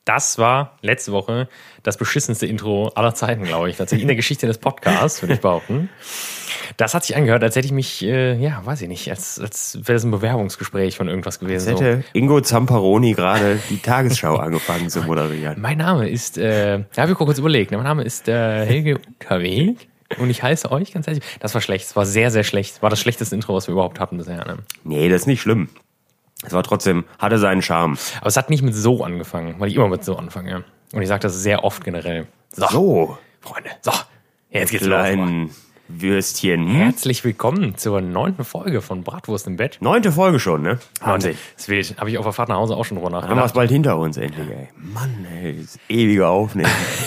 Das war letzte Woche das beschissenste Intro aller Zeiten, glaube ich. Tatsächlich in der Geschichte des Podcasts, würde ich behaupten. Das hat sich angehört, als hätte ich mich, weiß ich nicht, als wäre das ein Bewerbungsgespräch von irgendwas gewesen. Als hätte Ingo Zamparoni gerade die Tagesschau angefangen zu moderieren. Mein Name ist, wir kurz überlegt, mein Name ist Helge Unterweg und ich heiße euch ganz ehrlich. Das war schlecht, es war sehr, sehr schlecht. War das schlechteste Intro, was wir überhaupt hatten bisher. Ne? Nee, das ist nicht schlimm. Es war trotzdem, hatte seinen Charme. Aber es hat nicht mit so angefangen, weil ich immer mit so anfange. Und ich sage das sehr oft generell. So. Freunde, so, jetzt geht's Kleinen los. Würstchen. Herzlich willkommen zur 9. Folge von Bratwurst im Bett. 9. Folge schon, ne? Wahnsinn. Das ist wild. Habe ich auf der Fahrt nach Hause auch schon drüber nachgedacht. Haben wir es bald hinter uns endlich, ey. Mann, ey, das ewige Aufnehmen.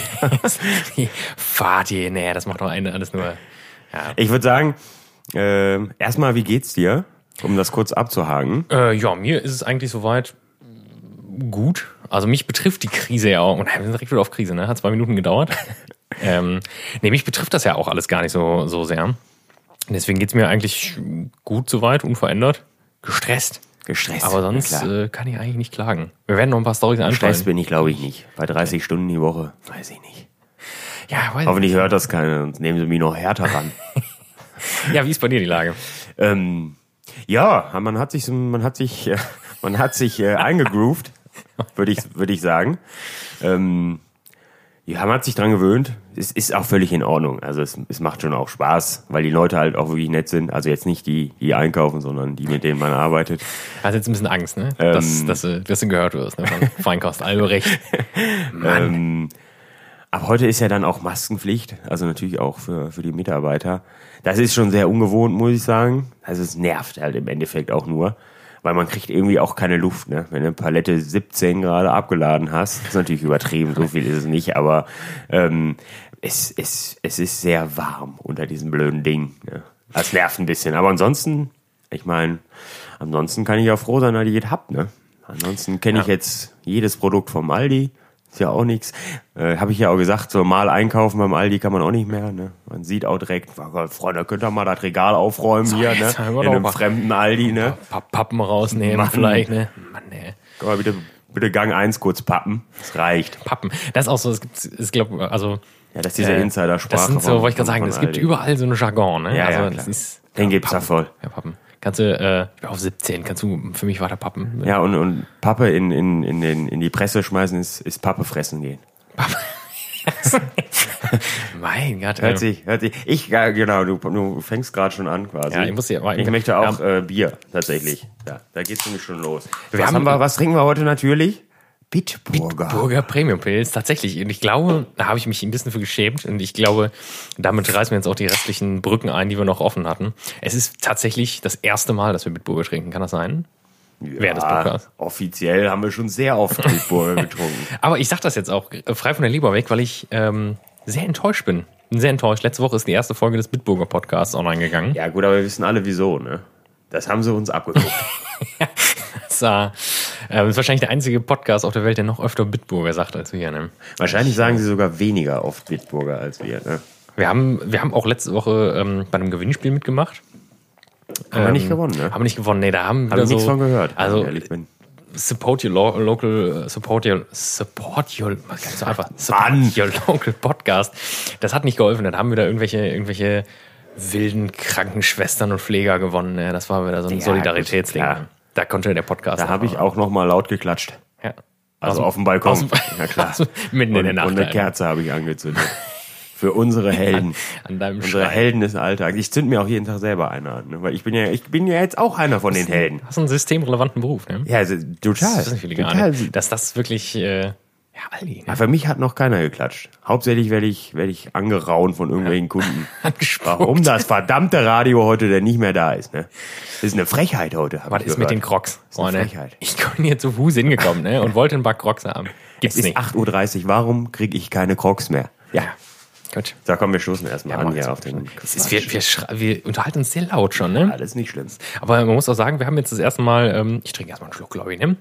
Fahrt hier, nee, das macht doch alles nur. Ja. Ich würde sagen, erstmal, wie geht's dir? Um das kurz abzuhaken. Mir ist es eigentlich soweit gut. Also mich betrifft die Krise ja auch. Und wir sind direkt wieder auf Krise, ne? Hat 2 Minuten gedauert. Mich betrifft das ja auch alles gar nicht so sehr. Deswegen geht's mir eigentlich gut soweit, unverändert. Gestresst. Aber sonst kann ich eigentlich nicht klagen. Wir werden noch ein paar Storys anschauen. Gestresst bin ich, glaube ich, nicht. Bei 30 Stunden die Woche, weiß ich nicht. Ja, weiß Hoffentlich hört das keiner und nehmen sie mich noch härter ran. Ja, wie ist bei dir die Lage? Ja, man hat sich eingegroovt, würde ich sagen. Man hat sich dran gewöhnt. Es ist auch völlig in Ordnung. Also es macht schon auch Spaß, weil die Leute halt auch wirklich nett sind. Also jetzt nicht die einkaufen, sondern die, mit denen man arbeitet. Hast jetzt ein bisschen Angst, ne? Dass du gehört wirst, ne? Von Feinkost Albrecht. Ab heute ist ja dann auch Maskenpflicht. Also natürlich auch für die Mitarbeiter. Das ist schon sehr ungewohnt, muss ich sagen. Also es nervt halt im Endeffekt auch nur. Weil man kriegt irgendwie auch keine Luft, ne? Wenn du eine Palette 17 gerade abgeladen hast, ist natürlich übertrieben, so viel ist es nicht, aber es ist sehr warm unter diesem blöden Ding. Ne? Das nervt ein bisschen. Aber ansonsten kann ich ja froh sein, dass ich es hab, ne? Ansonsten kenne ich jetzt jedes Produkt vom Aldi. Ist ja auch nichts. Habe ich ja auch gesagt, so mal einkaufen beim Aldi kann man auch nicht mehr. Ne? Man sieht auch direkt, Freunde, könnt ihr mal das Regal aufräumen so, hier, ne? In einem fremden Aldi, ne? Ein paar Pappen rausnehmen, Mann. Vielleicht, ne? Mann, ey. Komm mal bitte Gang 1 kurz pappen. Das reicht. Pappen. Das ist auch so, es glaube, also. Ja, das ist diese Insider-Sprache. Das sind so, wollte ich gerade sagen, es gibt überall so eine Jargon, ne? Ja, also, ja, das ist, den gibt's da voll. Ja, Pappen. Kannst du, ich bin auf 17, kannst du für mich weiter pappen? Ja, und Pappe in die Presse schmeißen ist Pappe fressen gehen. Mein Gott. Hört sich. Genau, du fängst gerade schon an quasi. Ja, ich möchte auch Bier, tatsächlich. Ja, da geht's nämlich schon los. Was trinken wir heute natürlich? Bitburger Premium Pilz, tatsächlich. Und ich glaube, da habe ich mich ein bisschen für geschämt. Und ich glaube, damit reißen wir jetzt auch die restlichen Brücken ein, die wir noch offen hatten. Es ist tatsächlich das erste Mal, dass wir Bitburger trinken. Kann das sein? Ja, offiziell haben wir schon sehr oft Bitburger getrunken. Aber ich sag das jetzt auch frei von der Leber weg, weil ich sehr enttäuscht bin. Bin sehr enttäuscht. Letzte Woche ist die erste Folge des Bitburger Podcasts online gegangen. Ja gut, aber wir wissen alle wieso, ne? Das haben sie uns abgeguckt. Das ist wahrscheinlich der einzige Podcast auf der Welt, der noch öfter Bitburger sagt als wir, ne? Wahrscheinlich sagen sie sogar weniger oft Bitburger als wir, ne? Wir haben auch letzte Woche bei einem Gewinnspiel mitgemacht. Haben wir nicht gewonnen, ne? Haben wir nicht gewonnen, ne, da haben wir nichts von gehört, also, wenn ich ehrlich bin. Support your local Podcast. Das hat nicht geholfen. Dann haben wir da irgendwelche wilden Krankenschwestern und Pfleger gewonnen. Ja, das war wieder so ein Solidaritätsding. Ja. Da konnte der Podcast. Da habe ich auch noch mal laut geklatscht. Ja. Also auf dem Balkon. Ja klar. Mitten in der Nacht. Und eine Kerze habe ich angezündet. Für unsere Helden. An deinem unsere Helden des Alltags. Ich zünd mir auch jeden Tag selber eine an. Ne? Weil ich bin ja jetzt auch einer von den Helden. Hast einen systemrelevanten Beruf, ne? Ja, also, total. Das wissen viele gar nicht. Dass das wirklich, Aldi. Ne? Ja, für mich hat noch keiner geklatscht. Hauptsächlich werde ich angeraunt von irgendwelchen Kunden. Warum das verdammte Radio heute denn nicht mehr da ist, ne? Das ist eine Frechheit heute. Was ist mit den Crocs? Das ist eine Frechheit. Ich bin hier zu Fuß hingekommen, ne? Und wollte ein paar Crocs haben. Gibt's nicht. Es ist 8:30 Uhr. Warum kriege ich keine Crocs mehr? Ja. Gut. So, komm, wir stoßen erstmal an hier auf den wir unterhalten uns sehr laut schon, ne? Alles nicht schlimm. Aber man muss auch sagen, wir haben jetzt das erste Mal, ich trinke erstmal einen Schluck, glaube ich, ne?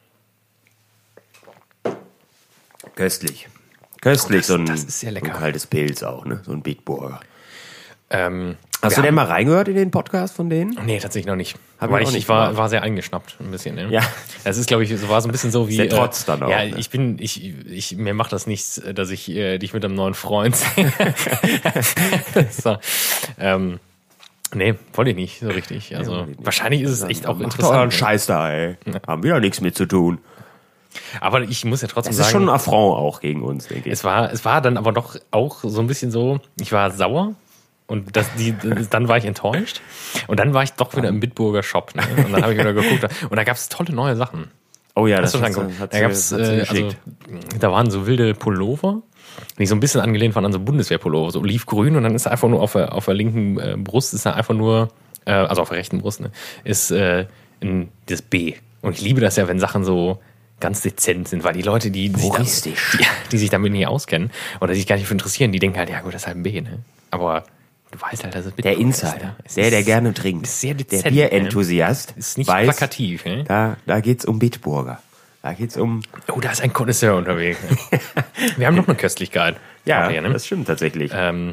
Köstlich. Das ist sehr lecker. So ein kaltes Pilz auch, ne? So ein Bitburger. Hast du denn mal reingehört in den Podcast von denen? Nee, tatsächlich noch nicht. Ich war sehr eingeschnappt, ein bisschen, ne? Ja, Das ist, glaube ich, war so ein bisschen so wie. Der Trotz dann auch. Ja, Ne? mir macht das nichts, dass ich dich mit einem neuen Freund sehe. So. Nee, wollte ich nicht so richtig. Also Ja, wahrscheinlich ist es echt auch Macht interessant. doch euren Scheiß da, ey. Haben wir da nichts mit zu tun. Aber ich muss ja trotzdem Das ist sagen, schon ein Affront auch gegen uns, denke ich. es war dann aber doch auch so ein bisschen so, ich war sauer und dann war ich enttäuscht und dann war ich doch wieder im Bitburger Shop. Ne? Und dann habe ich wieder geguckt und da gab es tolle neue Sachen. Oh ja, Hast du schon angeguckt? Da gab's, da waren so wilde Pullover, die so ein bisschen angelehnt waren an so Bundeswehrpullover, so olivgrün und dann ist einfach nur auf der linken Brust ist da einfach nur, also auf der rechten Brust, ne, ist das B. Und ich liebe das ja, wenn Sachen so ganz dezent sind, weil die Leute, die sich damit nicht auskennen oder sich gar nicht für interessieren, die denken halt, ja gut, das ist halt ein B, ne? Aber du weißt halt, dass es der Insider, der gerne trinkt, ist sehr dezent, der Bierenthusiast, ist nicht weiß, plakativ, ne? Da geht's um Bitburger. Da geht's um... Oh, da ist ein Connoisseur unterwegs. Ne? Wir haben noch eine Köstlichkeit. Ja, hier, ne? das stimmt tatsächlich. Ein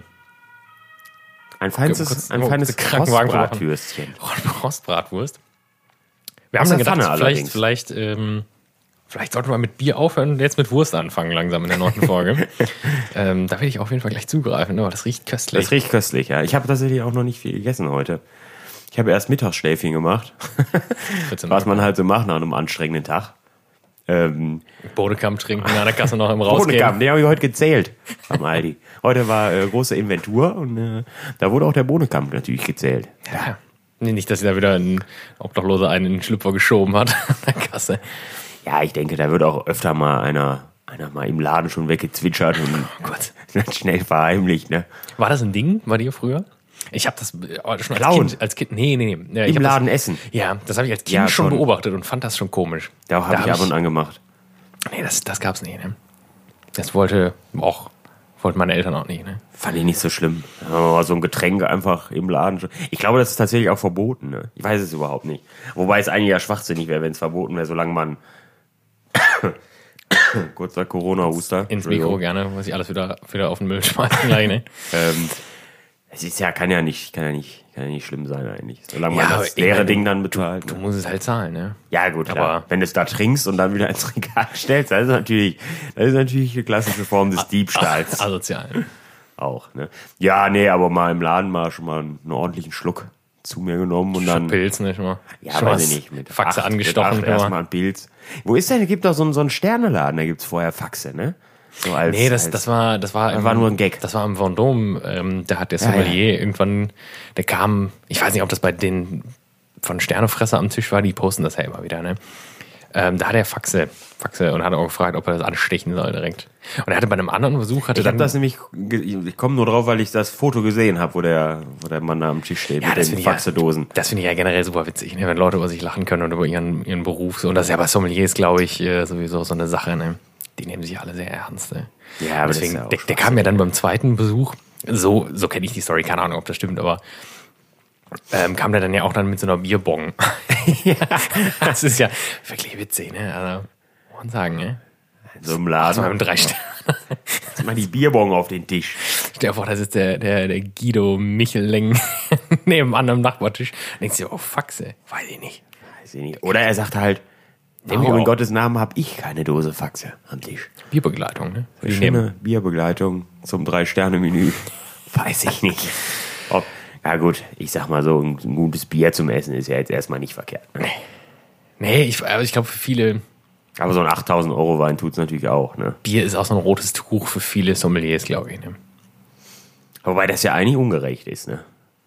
feines Krankenwagen Rostbratwürstchen. Rostbratwurst. Wir haben dann gedacht, Pfanne vielleicht sollten wir mit Bier aufhören und jetzt mit Wurst anfangen langsam in der 9. Folge. Da werde ich auf jeden Fall gleich zugreifen, aber das riecht köstlich. Das riecht köstlich, ja. Ich habe tatsächlich auch noch nicht viel gegessen heute. Ich habe erst Mittagsschläfchen gemacht. Was man halt so macht nach einem anstrengenden Tag. Bodekamp trinken, an der Kasse noch im Rausgehen. Bodekamp, den habe ich heute gezählt am Aldi. Heute war große Inventur und da wurde auch der Bodekamp natürlich gezählt. Ja. Nee, nicht, dass sie da wieder ein Obdachloser einen in den Schlüpfer geschoben hat an der Kasse. Ja, ich denke, da wird auch öfter mal einer mal im Laden schon weggezwitschert und schnell verheimlicht. Ne? War das ein Ding bei dir früher? Ich habe das schon als Kind. Nee. Ja, im Laden essen. Ja, das habe ich als Kind schon beobachtet und fand das schon komisch. Da habe ich ab und an gemacht. Nee, das gab's nicht. Ne? Das wollten meine Eltern auch nicht. Ne? Fand ich nicht so schlimm. Aber so ein Getränk einfach im Laden schon. Ich glaube, das ist tatsächlich auch verboten. Ne? Ich weiß es überhaupt nicht. Wobei es eigentlich ja schwachsinnig wäre, wenn es verboten wäre, solange man kurzer Corona-Huster. Ins Mikro gerne, muss ich alles wieder auf den Müll schmeißen gleich, ne? Es ist kann ja nicht schlimm sein eigentlich. Solange man das leere Ding dann bezahlt. Du musst es halt zahlen, ne? Ja, gut, aber wenn du es da trinkst und dann wieder ins Regal stellst, das ist natürlich eine klassische Form des Diebstahls. Asozial. Auch, ne? Ja, nee, aber mal im Laden schon mal einen ordentlichen Schluck zu mir genommen und dann. Pilz, nicht mal. Ja, weiß ich nicht. Mit Faxe angestochen. Erstmal ein Pilz. Wo ist denn? Es gibt doch so einen Sterneladen, da gibt's vorher Faxe, ne? So das war nur ein Gag. Das war im Vendôme. Da hat der Sommelier irgendwann, der kam, ich weiß nicht, ob das bei den von Sternefresser am Tisch war, die posten das ja immer wieder, ne? Da hat er Faxe und hat auch gefragt, ob er das anstechen soll direkt. Und er hatte bei einem anderen Versuch, ich komme nur drauf, weil ich das Foto gesehen habe, wo der Mann da am Tisch steht mit den Faxedosen. Das finde ich ja generell super witzig, ne? Wenn Leute über sich lachen können und über ihren Beruf. Und das ist ja bei Sommeliers, glaube ich, sowieso so eine Sache, ne? Die nehmen sich alle sehr ernst. Ne? Ja, aber deswegen, der kam ja dann beim zweiten Besuch, so kenne ich die Story, keine Ahnung, ob das stimmt, aber kam der dann ja auch dann mit so einer Bierbong. Ja, das ist ja wirklich witzig, ne? Also, muss man sagen, ne? In so einem Laden. Mit 3 Sternen. Jetzt mal die Bierbong auf den Tisch. Stell dir vor, das ist der Guido Micheleng nebenan am Nachbartisch. Denkst du, oh, Faxe? Weiß ich nicht. Oder er sagt halt, warum in Gottes Namen habe ich keine Dose Faxe am Tisch? Bierbegleitung, ne? Schöne Bierbegleitung zum 3-Sterne-Menü. Weiß ich nicht. Ja gut, ich sag mal so, ein gutes Bier zum Essen ist ja jetzt erstmal nicht verkehrt. Ne? Nee, ich glaube für viele... Aber so ein 8.000 € Wein tut's natürlich auch, ne? Bier ist auch so ein rotes Tuch für viele Sommeliers, glaube ich, ne? Wobei das ja eigentlich ungerecht ist, ne?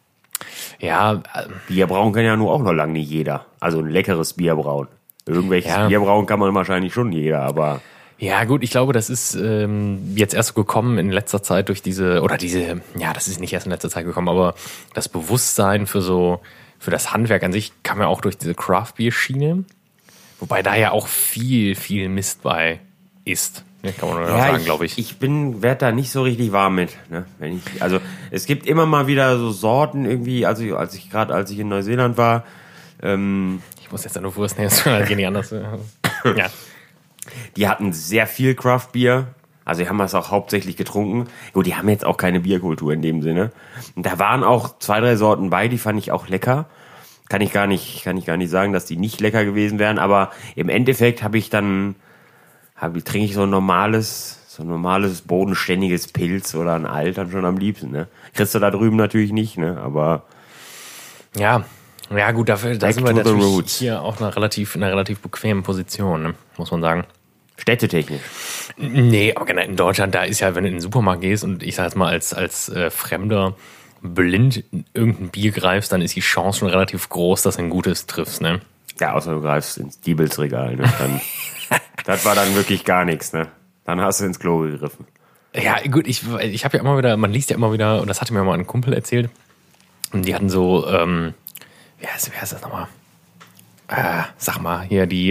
Ja. Bier brauen kann ja nur auch noch lange nicht jeder. Also ein leckeres Bier brauen. Irgendwelches Bier brauen kann man wahrscheinlich schon jeder, aber... Ja gut, ich glaube, das ist jetzt erst so gekommen in letzter Zeit durch das ist nicht erst in letzter Zeit gekommen, aber das Bewusstsein für das Handwerk an sich kam ja auch durch diese Craft-Bier-Schiene, wobei da ja auch viel, viel Mist bei ist, ne? Kann man nur sagen, glaube ich. Ich werde da nicht so richtig warm mit, ne? Also es gibt immer mal wieder so Sorten irgendwie, als ich in Neuseeland war, ich muss jetzt nur Wurst nehmen, das geht nicht anders. Ja. Die hatten sehr viel Craft-Bier. Also die haben das auch hauptsächlich getrunken. Gut, die haben jetzt auch keine Bierkultur in dem Sinne. Und da waren auch 2, 3 Sorten bei, die fand ich auch lecker. kann ich gar nicht sagen, dass die nicht lecker gewesen wären, aber im Endeffekt trinke ich so ein normales bodenständiges Pilz oder ein Alt dann schon am liebsten, ne? Kriegst du da drüben natürlich nicht, ne? Aber ja gut, da sind wir natürlich hier auch in einer relativ bequemen Position, ne? Muss man sagen. Städtetechnisch. Nee, aber generell in Deutschland, da ist ja, wenn du in den Supermarkt gehst und ich sag jetzt mal als Fremder blind in irgendein Bier greifst, dann ist die Chance schon relativ groß, dass du ein gutes triffst, ne? Ja, außer du greifst ins Diebelsregal, ne? Das war dann wirklich gar nichts, ne? Dann hast du ins Klo gegriffen. Ja, gut, ich habe ja immer wieder, man liest ja immer wieder, und das hatte mir mal ein Kumpel erzählt, und die hatten so, wie heißt das nochmal? Sag mal, hier die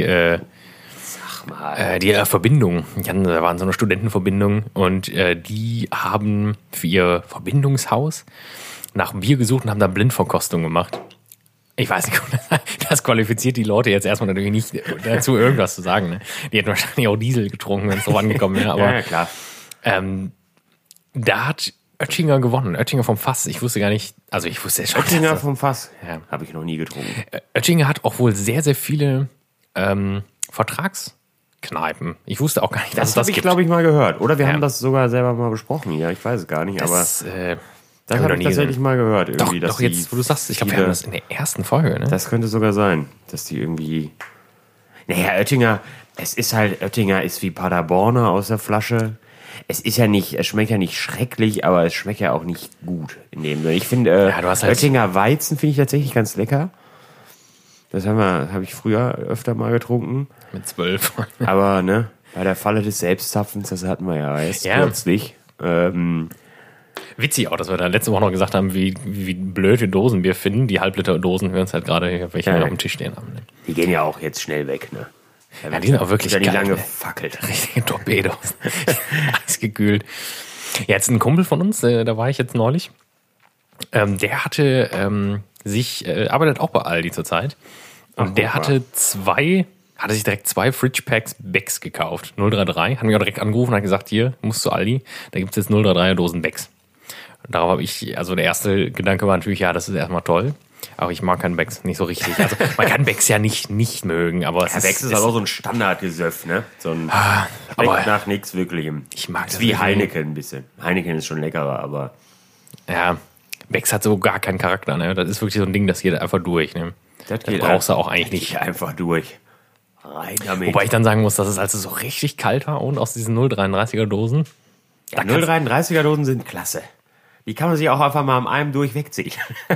Verbindung. Da waren so eine Studentenverbindung und die haben für ihr Verbindungshaus nach Bier gesucht und haben da Blindverkostung gemacht. Ich weiß nicht, das qualifiziert die Leute jetzt erstmal natürlich nicht dazu, irgendwas zu sagen. Ne? Die hätten wahrscheinlich auch Diesel getrunken, wenn es drauf angekommen wäre. Aber ja, klar. Da hat Oettinger gewonnen. Oettinger vom Fass. Ich wusste gar nicht, also ich wusste schon. Oettinger vom Fass? Ja. Habe ich noch nie getrunken. Oettinger hat auch wohl sehr, sehr viele Vertragskneipen. Ich wusste auch gar nicht, dass es das gibt. Das habe ich, glaube ich, mal gehört. Oder wir haben das sogar selber mal besprochen. Ja, ich weiß es gar nicht, aber das habe ich tatsächlich mal gehört. Irgendwie, doch jetzt, wo du sagst, ich glaube, wir haben das in der ersten Folge. Ne? Das könnte sogar sein, dass die irgendwie... Naja, Oettinger ist wie Paderborner aus der Flasche. Es schmeckt ja nicht schrecklich, aber es schmeckt ja auch nicht gut in dem Sinne. Ich finde, Oettinger Weizen finde ich tatsächlich ganz lecker. Das habe ich früher öfter mal getrunken. Mit 12. Aber, ne, bei der Falle des Selbstzapfens, das hatten wir ja erst kürzlich. Witzig auch, dass wir da letzte Woche noch gesagt haben, wie blöd wir Dosenbier finden. Die Halbliter-Dosen, wir uns halt gerade welche auf dem Tisch stehen haben. Ne? Die gehen ja auch jetzt schnell weg, ne? Ja, die sind auch wirklich geil. Die lange ne? fackelt. Richtige Torpedos. Eisgekühlt. Ja, jetzt ein Kumpel von uns, da war ich jetzt neulich. Der hatte arbeitet auch bei Aldi zurzeit. Und der hatte sich direkt 2 Fridge Packs Becks gekauft. 033. Hat mich auch direkt angerufen und hat gesagt, hier, musst zu Aldi, da gibt es jetzt 033er Dosen Becks. Darauf habe ich, also der erste Gedanke war natürlich, ja, das ist erstmal toll. Aber ich mag keinen Becks nicht so richtig. Also man kann Becks ja nicht mögen, aber Becks ist halt auch so ein Standardgesöff, ne? So ein schmeckt nach nichts Wirklichem. Ich mag das wie Heineken ein bisschen. Heineken ist schon leckerer, aber ja, Becks hat so gar keinen Charakter, ne? Das ist wirklich so ein Ding, das geht einfach durch, ne? Das brauchst du auch eigentlich nicht. Einfach durch. Rein damit. Wobei ich dann sagen muss, dass es also so richtig kalt war und aus diesen 0,33er Dosen. Ja, 0,33er Dosen sind klasse. Die kann man sich auch einfach mal am einem durch wegziehen.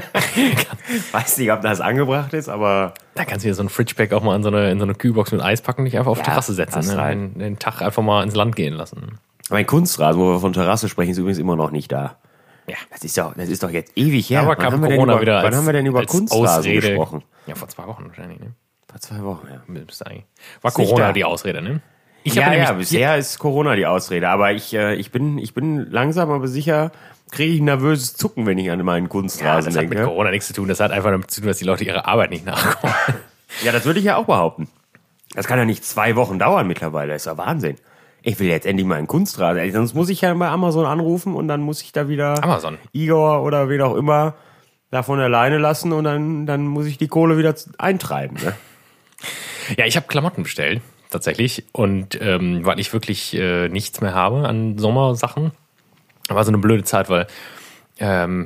Weiß nicht, ob das angebracht ist, aber... Da kannst du dir so ein Fridgepack auch mal in so eine Kühlbox mit Eis packen und dich einfach auf die Terrasse setzen. Ne? Den Tag einfach mal ins Land gehen lassen. Mein Kunstrasen, wo wir von Terrasse sprechen, ist übrigens immer noch nicht da. Ja. Das ist doch jetzt ewig her. Aber wann haben wir denn über Kunstrasen gesprochen? Ja, vor 2 Wochen wahrscheinlich, ne? Vor 2 Wochen, ja. War Corona die Ausrede, ne? Bisher ist Corona die Ausrede. Aber ich bin langsam, aber sicher... kriege ich ein nervöses Zucken, wenn ich an meinen Kunstrasen denke. Das hat mit Corona nichts zu tun. Das hat einfach damit zu tun, dass die Leute ihrer Arbeit nicht nachkommen. Ja, das würde ich ja auch behaupten. Das kann ja nicht 2 Wochen dauern mittlerweile. Das ist ja Wahnsinn. Ich will jetzt endlich mal einen Kunstrasen. Sonst muss ich ja bei Amazon anrufen und dann muss ich da wieder Igor oder wen auch immer davon alleine lassen und dann muss ich die Kohle wieder eintreiben. Ne? Ja, ich habe Klamotten bestellt, tatsächlich. Und weil ich wirklich nichts mehr habe an Sommersachen. War so eine blöde Zeit, weil ich habe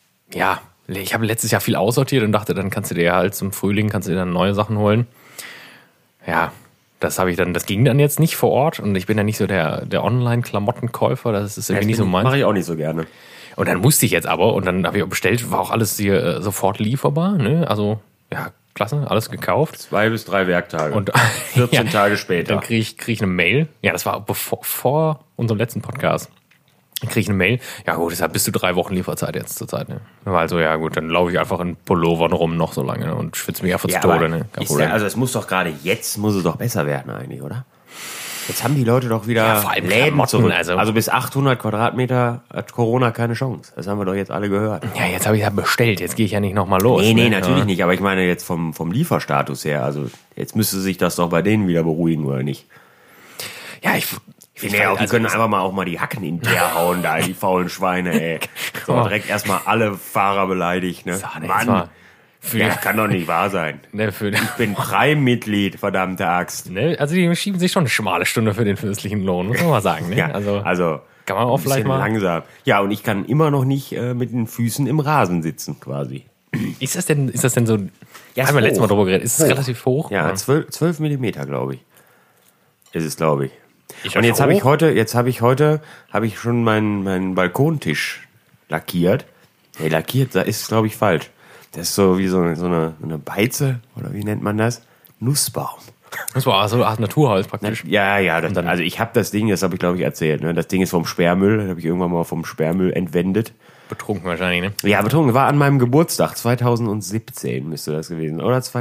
letztes Jahr viel aussortiert und dachte, dann kannst du dir halt zum Frühling dann neue Sachen holen. Ja, das ging dann jetzt nicht vor Ort und ich bin ja nicht so der Online-Klamottenkäufer, das ist irgendwie nicht so meins. Mache ich auch nicht so gerne. Und dann musste ich jetzt aber und dann habe ich auch bestellt, war auch alles hier sofort lieferbar, ne? Also, ja, klasse, alles gekauft. 2 bis 3 Werktage. Und 14 Tage später. Dann krieg ich eine Mail. Ja, das war vor unserem letzten Podcast. Dann kriege ich eine Mail, ja gut, deshalb bist du 3 Wochen Lieferzeit jetzt zur Zeit. Ne? Also ja gut, dann laufe ich einfach in Pullovern rum noch so lange und schwitze mich einfach zu Tode. Ne? Also es muss doch gerade jetzt, muss es doch besser werden eigentlich, oder? Jetzt haben die Leute doch wieder Läden zurück. Also bis 800 Quadratmeter hat Corona keine Chance. Das haben wir doch jetzt alle gehört. Ja, jetzt habe ich ja bestellt, jetzt gehe ich ja nicht nochmal los. Nee, natürlich nicht, aber ich meine jetzt vom Lieferstatus her, also jetzt müsste sich das doch bei denen wieder beruhigen, oder nicht? Ja, die können einfach mal auch mal die Hacken in der hauen, da die faulen Schweine, ey. So, direkt erstmal alle Fahrer beleidigt, ne? Mann. Kann doch nicht wahr sein. Ne, Ich bin Prime-Mitglied, verdammte Axt. ne, also die schieben sich schon eine schmale Stunde für den fürstlichen Lohn, muss man mal sagen. Ne? Ja, Also kann man auch ein vielleicht bisschen mal. langsam. Ja, und ich kann immer noch nicht mit den Füßen im Rasen sitzen, quasi. Ist das denn so? Ja, Haben wir ist letztes Mal hoch. drüber geredet. Ist es Hoch. relativ hoch? Ja, 12 Millimeter, glaube ich. Ist es, glaube ich. Ist Und das jetzt habe ich hoch? heute schon meinen Balkontisch lackiert. Nee, lackiert, da ist, glaube ich, falsch. Das ist so wie so eine Beize, oder wie nennt man das? Nussbaum. Das war so eine Art Naturholz praktisch. Ja, also ich habe das Ding, das habe ich, glaube ich, erzählt. Ne? Das Ding ist vom Sperrmüll, das habe ich irgendwann mal vom Sperrmüll entwendet. Betrunken wahrscheinlich, ne? Ja, betrunken, war an meinem Geburtstag, 2017 müsste das gewesen sein. Oder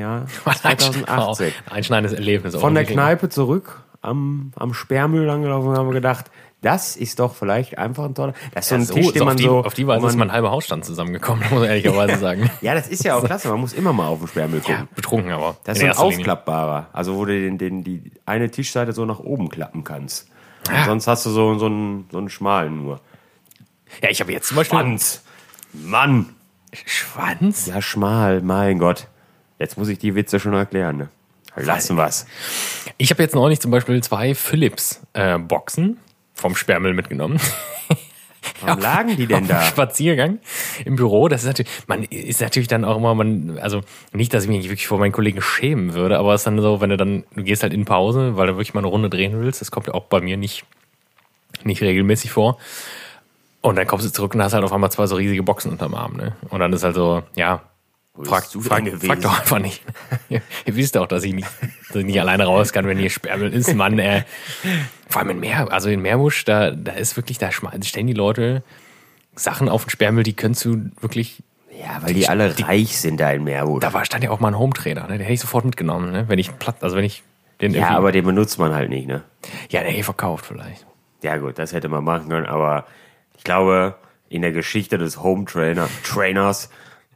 2018. Ein einschneidendes Erlebnis. Von der Kneipe zurück am Sperrmüll langgelaufen und haben wir gedacht, das ist doch vielleicht einfach ein toller. Das ist so ein Tisch, den man so. Auf die Weise ist mein halber Hausstand zusammengekommen, muss man ehrlicherweise sagen. Ja, das ist ja auch klasse. Man muss immer mal auf den Sperrmüll gucken. Ja, betrunken aber. Das ist so ein aufklappbarer. Also, wo du die eine Tischseite so nach oben klappen kannst. Ja. Sonst hast du so einen schmalen nur. Ja, ich habe jetzt zum Beispiel. Mann! Schwanz? Ja, schmal, mein Gott. Jetzt muss ich die Witze schon erklären, ne? Lassen wir's. Ich habe jetzt neulich zum Beispiel 2 Philips-Boxen vom Sperrmüll mitgenommen. Warum lagen die denn da? Spaziergang im Büro. Das ist natürlich, man ist natürlich dann auch immer, also nicht, dass ich mich wirklich vor meinen Kollegen schämen würde, aber es ist dann so, wenn du gehst halt in Pause, weil du wirklich mal eine Runde drehen willst. Das kommt ja auch bei mir nicht regelmäßig vor. Und dann kommst du zurück und hast halt auf einmal 2 so riesige Boxen unterm Arm, ne? Und dann ist halt so, ja, frag doch einfach nicht. Ihr wisst doch, dass ich nicht alleine raus kann, wenn hier Sperrmüll ist, Mann. Vor allem in Meerbusch, da ist wirklich, da stellen die Leute Sachen auf den Sperrmüll, die könntest du wirklich. Ja, weil die alle reich sind da in Meerbusch. Stand ja auch mal ein Hometrainer, ne? Den hätte ich sofort mitgenommen, ne? Wenn ich den ja, aber den benutzt man halt nicht, ne? Ja, den hätte ich verkauft vielleicht. Ja gut, das hätte man machen können, aber ich glaube, in der Geschichte des Home-Trainers,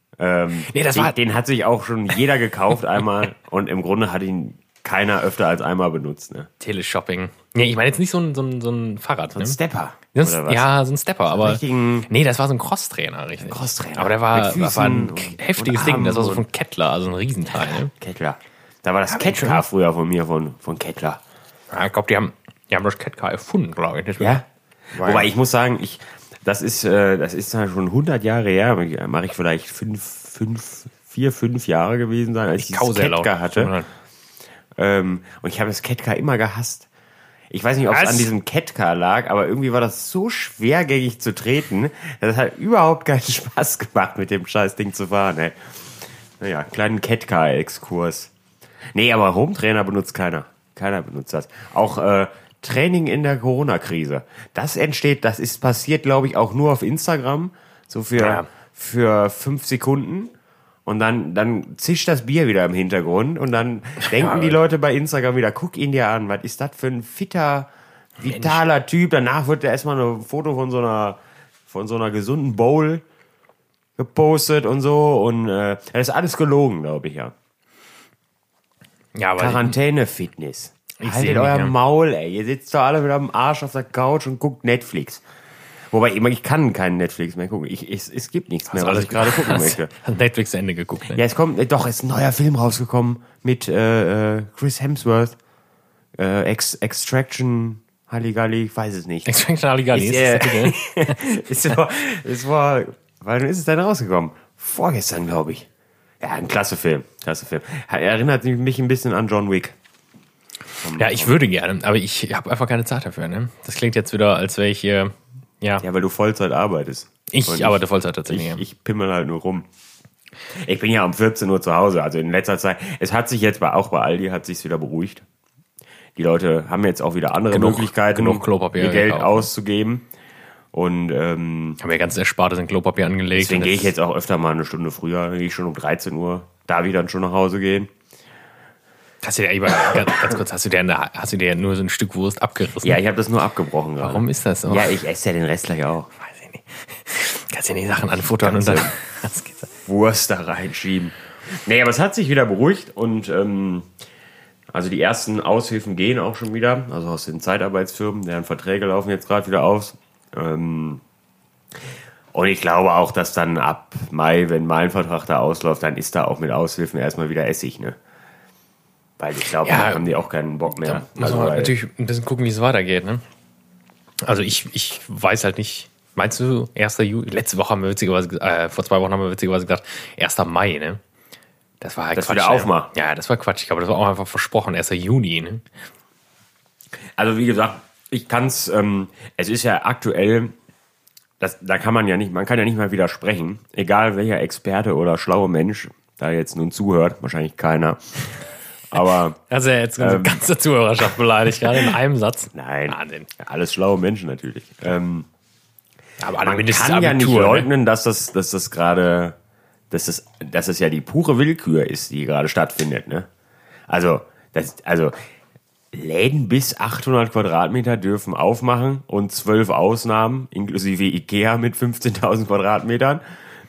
den hat sich auch schon jeder gekauft einmal und im Grunde hat ihn keiner öfter als einmal benutzt. Ne? Teleshopping. Nee, ich meine jetzt nicht so ein Fahrrad. So ein Stepper. Oder was? Ja, so ein Stepper, aber. Nee, das war so ein Crosstrainer, richtig. Crosstrainer. Aber der war ein heftiges Ding. Das war so von Kettler, also ein Riesenteil. Ne? Kettler. Da war das Kettcar früher von mir, von Kettler. Ja, ich glaube, die haben das Kettcar erfunden, glaube ich. Ja. Wobei ich muss sagen, das ist halt schon 100 Jahre her, mache ich vielleicht 5 Jahre gewesen sein, als ich dieses Kettcar hatte. Und ich habe das Kettcar immer gehasst. Ich weiß nicht, ob es an diesem Kettcar lag, aber irgendwie war das so schwergängig zu treten, das hat überhaupt keinen Spaß gemacht, mit dem scheiß Ding zu fahren. Ey. Naja, kleinen Kettcar-Exkurs. Nee, aber Home-Trainer benutzt keiner. Keiner benutzt das. Auch Training in der Corona-Krise. Das passiert, glaube ich, auch nur auf Instagram. So für 5 Sekunden. Und dann zischt das Bier wieder im Hintergrund. Und dann denken die Leute bei Instagram wieder, guck ihn dir an. Was ist das für ein fitter, vitaler Typ? Danach wird da erstmal ein Foto von so einer gesunden Bowl gepostet und so. Und das ist alles gelogen, glaube ich, ja. Ja, aber Quarantäne-Fitness. Haltet euer Maul, ey. Ihr sitzt doch alle mit dem Arsch auf der Couch und guckt Netflix. Wobei, ich kann keinen Netflix mehr gucken. Es gibt nichts mehr, was ich gerade gucken möchte. Hast Netflix zu Ende geguckt, ne? Ja, ist ein neuer Film rausgekommen mit Chris Hemsworth. Extraction Halligalli, ich weiß es nicht. Extraction Halligalli, wann ist es denn rausgekommen? Vorgestern, glaube ich. Ja, ein klasse Film. Erinnert mich ein bisschen an John Wick. Ja, ich würde gerne, aber ich habe einfach keine Zeit dafür. Ne? Das klingt jetzt wieder, als wäre ich hier. Ja, weil du Vollzeit arbeitest. Ich arbeite Vollzeit tatsächlich. Ich pimmel halt nur rum. Ich bin ja um 14 Uhr zu Hause, also in letzter Zeit. Es hat sich jetzt auch bei Aldi hat sich's wieder beruhigt. Die Leute haben jetzt auch wieder andere Möglichkeiten, genug Klopapier ihr Geld auszugeben. Und haben ja ganz Erspartes in Klopapier angelegt. Deswegen gehe ich jetzt auch öfter mal eine Stunde früher. Dann gehe ich schon um 13 Uhr. Darf ich dann schon nach Hause gehen? Hast du dir nur so ein Stück Wurst abgerissen? Ja, ich habe das nur abgebrochen gerade. Warum ist das so? Ja, ich esse ja den Rest gleich auch. Weiß ich nicht. Kannst ja nicht Sachen anfuttern und dann Wurst da reinschieben. Nee, aber es hat sich wieder beruhigt und also die ersten Aushilfen gehen auch schon wieder, also aus den Zeitarbeitsfirmen, deren Verträge laufen jetzt gerade wieder aus. Und ich glaube auch, dass dann ab Mai, wenn mein Vertrag da ausläuft, dann ist da auch mit Aushilfen erstmal wieder Essig, ne? Weil ich glaube, da haben die auch keinen Bock mehr. Da muss man natürlich ein bisschen gucken, wie es weitergeht, ne? Also ich weiß halt nicht, meinst du 1. Juli? Letzte Woche haben wir witzigerweise, vor 2 Wochen haben wir witzigerweise gedacht, 1. Mai, ne? Das war halt das Quatsch. wieder aufmachen. Ja, das war Quatsch. Ich glaube, das war auch einfach versprochen, 1. Juni, ne? Also wie gesagt, ich kann's, es ist ja aktuell, man kann ja nicht mal widersprechen, egal welcher Experte oder schlaue Mensch da jetzt nun zuhört, wahrscheinlich keiner. Aber Also jetzt unsere ganze Zuhörerschaft beleidigt, gerade in einem Satz. nein, Wahnsinn. alles schlaue Menschen natürlich. Aber Man kann ja nicht leugnen, dass das gerade, dass das ja die pure Willkür ist, die gerade stattfindet. Ne? Also Läden bis 800 Quadratmeter dürfen aufmachen und 12 Ausnahmen, inklusive Ikea mit 15.000 Quadratmetern.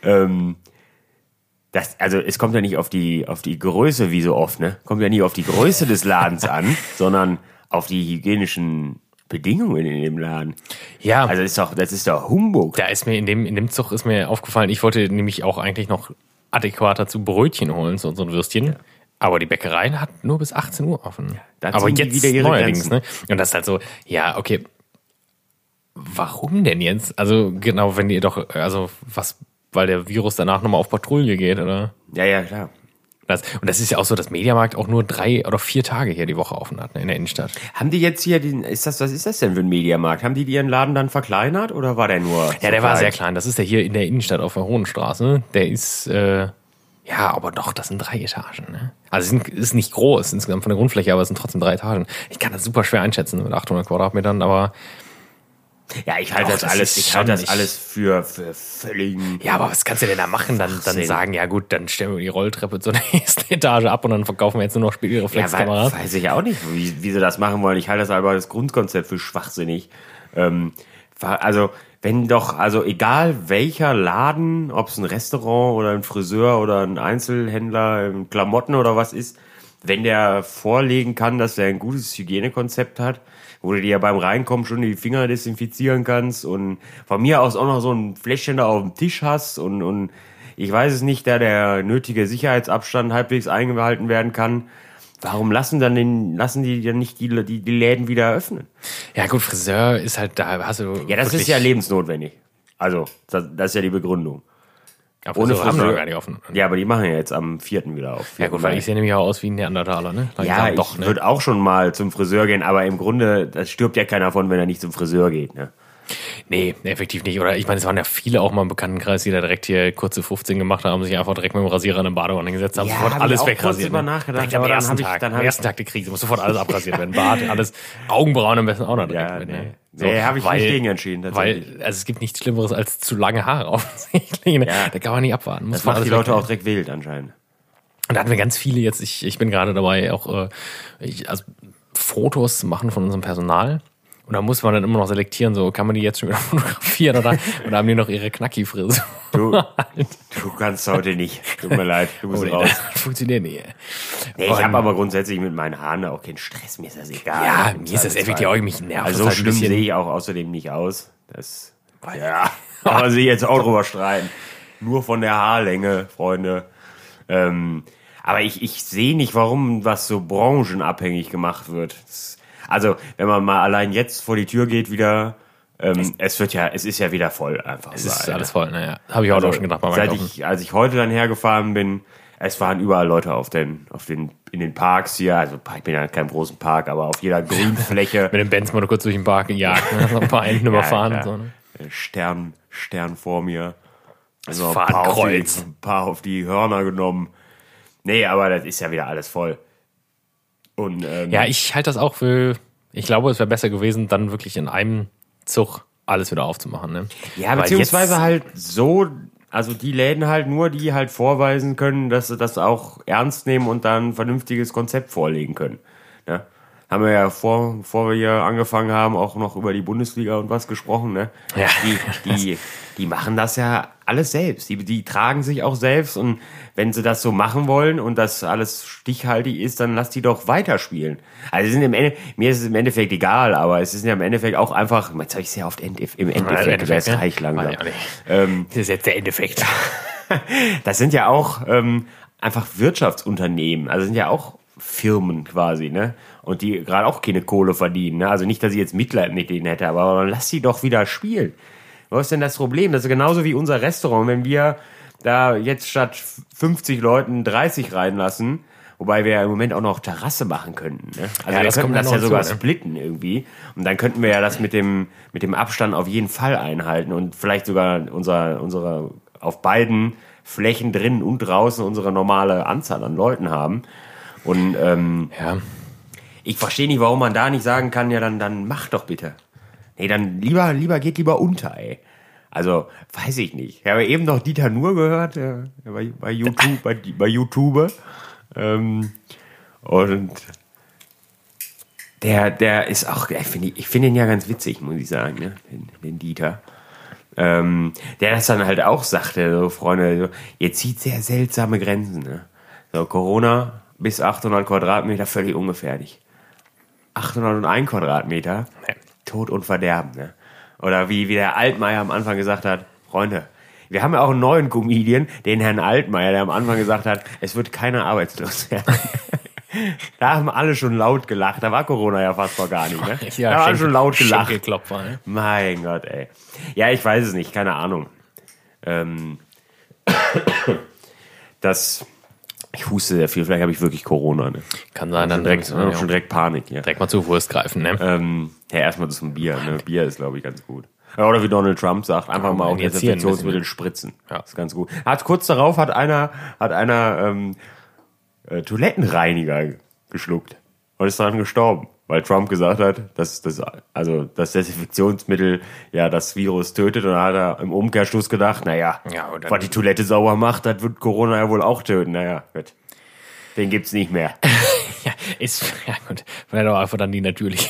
Es kommt ja nicht auf die Größe, wie so oft, ne? Kommt ja nicht auf die Größe des Ladens an, sondern auf die hygienischen Bedingungen in dem Laden. Ja. Also das ist doch Humbug. Da ist mir in dem Zug ist mir aufgefallen, ich wollte nämlich auch eigentlich noch adäquater zu Brötchen holen, so ein Würstchen. Ja. Aber die Bäckerei hat nur bis 18 Uhr offen. Da aber jetzt wieder ihre neuerdings, ne? Und das ist halt so, ja, okay. Warum denn jetzt? Also genau, wenn ihr doch, weil der Virus danach nochmal auf Patrouille geht, oder? Ja, klar. Und das ist ja auch so, dass Mediamarkt auch nur 3 oder 4 Tage hier die Woche offen hat, ne, in der Innenstadt. Haben die jetzt hier was ist das denn für ein Mediamarkt? Haben die ihren Laden dann verkleinert oder war der nur? Ja, der war sehr klein. Das ist der hier in der Innenstadt auf der Hohenstraße. Der ist, aber doch, das sind 3 Etagen, ne? Also ist nicht groß insgesamt von der Grundfläche, aber es sind trotzdem 3 Etagen. Ich kann das super schwer einschätzen mit 800 Quadratmetern, aber ja, ich halte das alles für völligen. Ja, aber was kannst du denn da machen? Dann sagen, ja gut, dann stellen wir die Rolltreppe zur nächsten Etage ab und dann verkaufen wir jetzt nur noch Spiegelreflexkameras. Ja, weiß ich auch nicht, wie sie das machen wollen. Ich halte das aber das Grundkonzept für schwachsinnig. Egal welcher Laden, ob es ein Restaurant oder ein Friseur oder ein Einzelhändler, Klamotten oder was ist, wenn der vorlegen kann, dass er ein gutes Hygienekonzept hat, wo du dir ja beim Reinkommen schon die Finger desinfizieren kannst und von mir aus auch noch so ein Fläschchen da auf dem Tisch hast und ich weiß es nicht, da der nötige Sicherheitsabstand halbwegs eingehalten werden kann. Warum lassen die dann nicht die Läden wieder öffnen? Ja gut, Friseur ist halt, da hast du. Ja, das ist ja lebensnotwendig. Also, das ist ja die Begründung. Ja, ohne Friseur haben wir gar nicht offen. Ja, aber die machen ja jetzt am 4. wieder auf. Ja gut, weil ich sehe nämlich auch aus wie ein Neandertaler, ne? Ja, ich würde auch schon mal zum Friseur gehen, aber im Grunde, das stirbt ja keiner von, wenn er nicht zum Friseur geht, ne? Nee, effektiv nicht. Oder ich meine, es waren ja viele auch mal im Bekanntenkreis, die da direkt hier kurze 15 gemacht haben, sich einfach direkt mit dem Rasierer in eine Badewanne gesetzt haben, sofort alles wegrasiert. Drüber nachgedacht, am ersten Tag der Krise muss sofort alles abrasiert werden. Bart, alles, Augenbrauen am besten auch noch direkt. Ja, nee, habe ich nicht gegen entschieden. Weil es gibt nichts Schlimmeres als zu lange Haare offensichtlich. Ne? Ja. Da kann man nicht abwarten. Das macht die Leute auch direkt wild anscheinend. Und da hatten wir ganz viele jetzt, ich bin gerade dabei, auch Fotos zu machen von unserem Personal. Und da muss man dann immer noch selektieren, so kann man die jetzt schon wieder fotografieren oder haben die noch ihre Knacki-Frisur? Du kannst heute nicht. Tut mir leid, du musst raus. Das funktioniert nicht. Nee, ich habe aber grundsätzlich mit meinen Haaren auch keinen Stress. Mir ist das egal. Ja, mir ist das effektiv auch, mich nervt. Also so schlimm sehe ich auch außerdem nicht aus. Aber sie jetzt auch drüber streiten. Nur von der Haarlänge, Freunde. Aber ich sehe nicht, warum was so branchenabhängig gemacht wird. Also, wenn man mal allein jetzt vor die Tür geht wieder, es ist ja wieder voll einfach. Es ist alles voll, naja. Habe ich auch schon gedacht. Als ich heute dann hergefahren bin, es waren überall Leute in den Parks hier, also ich bin ja in keinem großen Park, aber auf jeder Grünfläche. Mit dem Benz mal kurz durch den Park gejagt, ne? Noch ein paar Enten überfahren und so, ne? Stern vor mir. Also ein paar auf die Hörner genommen. Nee, aber das ist ja wieder alles voll. Und, ja, ich halte das auch für, ich glaube, es wäre besser gewesen, dann wirklich in einem Zug alles wieder aufzumachen. Ne? Ja, beziehungsweise halt so, also die Läden halt nur, die halt vorweisen können, dass sie das auch ernst nehmen und dann ein vernünftiges Konzept vorlegen können. Ne? haben wir ja bevor wir hier angefangen haben, auch noch über die Bundesliga und was gesprochen, ne? Ja. Die machen das ja alles selbst. Die tragen sich auch selbst und wenn sie das so machen wollen und das alles stichhaltig ist, dann lass die doch weiterspielen. Also mir ist es im Endeffekt egal, aber es ist ja im Endeffekt auch einfach, jetzt habe ich sehr oft im Endeffekt, das reicht langsam. Das ist jetzt der Endeffekt. Das sind ja auch einfach Wirtschaftsunternehmen, also sind ja auch Firmen quasi, ne? Und die gerade auch keine Kohle verdienen, ne? Also nicht, dass ich jetzt Mitleid mit denen hätte, aber lass sie doch wieder spielen. Was ist denn das Problem? Das ist genauso wie unser Restaurant. Wenn wir da jetzt statt 50 Leuten 30 reinlassen, wobei wir ja im Moment auch noch Terrasse machen könnten. Ne? Also ja, wir könnten das ja sogar zu, ne? splitten irgendwie. Und dann könnten wir ja das mit dem Abstand auf jeden Fall einhalten und vielleicht sogar unsere auf beiden Flächen drinnen und draußen unsere normale Anzahl an Leuten haben. Und ich verstehe nicht, warum man da nicht sagen kann, ja dann mach doch bitte. Nee, dann geht lieber unter, ey. Also, weiß ich nicht. Ich habe eben noch Dieter Nuhr gehört, bei YouTube. Und der ist auch, ich finde ihn ja ganz witzig, muss ich sagen, ne? Den Dieter. Der das dann halt auch sagte, so, Freunde, so, ihr zieht sehr seltsame Grenzen, ne? So, Corona bis 800 Quadratmeter, völlig ungefährlich. 801 Quadratmeter, Tod und Verderben, ne? Oder wie der Altmaier am Anfang gesagt hat, Freunde, wir haben ja auch einen neuen Comedian, den Herrn Altmaier, der am Anfang gesagt hat, es wird keiner arbeitslos werden. Da haben alle schon laut gelacht, da war Corona ja fast noch gar nicht, ne? Ja, da war schon laut gelacht. Schenkelklopfer, ne? Mein Gott, ey. Ja, ich weiß es nicht, keine Ahnung. Ich huste sehr viel, vielleicht habe ich wirklich Corona, ne? Kann sein, dann direkt, schon direkt Panik, ja. Direkt mal zur Wurst greifen, ne? Ja, erstmal zum Bier, ne? Bier ist, glaube ich, ganz gut. Ja, oder wie Donald Trump sagt, einfach mal auf Desinfektionsmittel spritzen. Ja. Das ist ganz gut. Kurz darauf hat einer Toilettenreiniger geschluckt und ist daran gestorben, weil Trump gesagt hat, dass das Desinfektionsmittel ja das Virus tötet, und dann hat er im Umkehrschluss gedacht, was die Toilette sauber macht, das wird Corona ja wohl auch töten. Naja, gut. Den gibt's nicht mehr. Ja gut. Vielleicht auch einfach dann die natürliche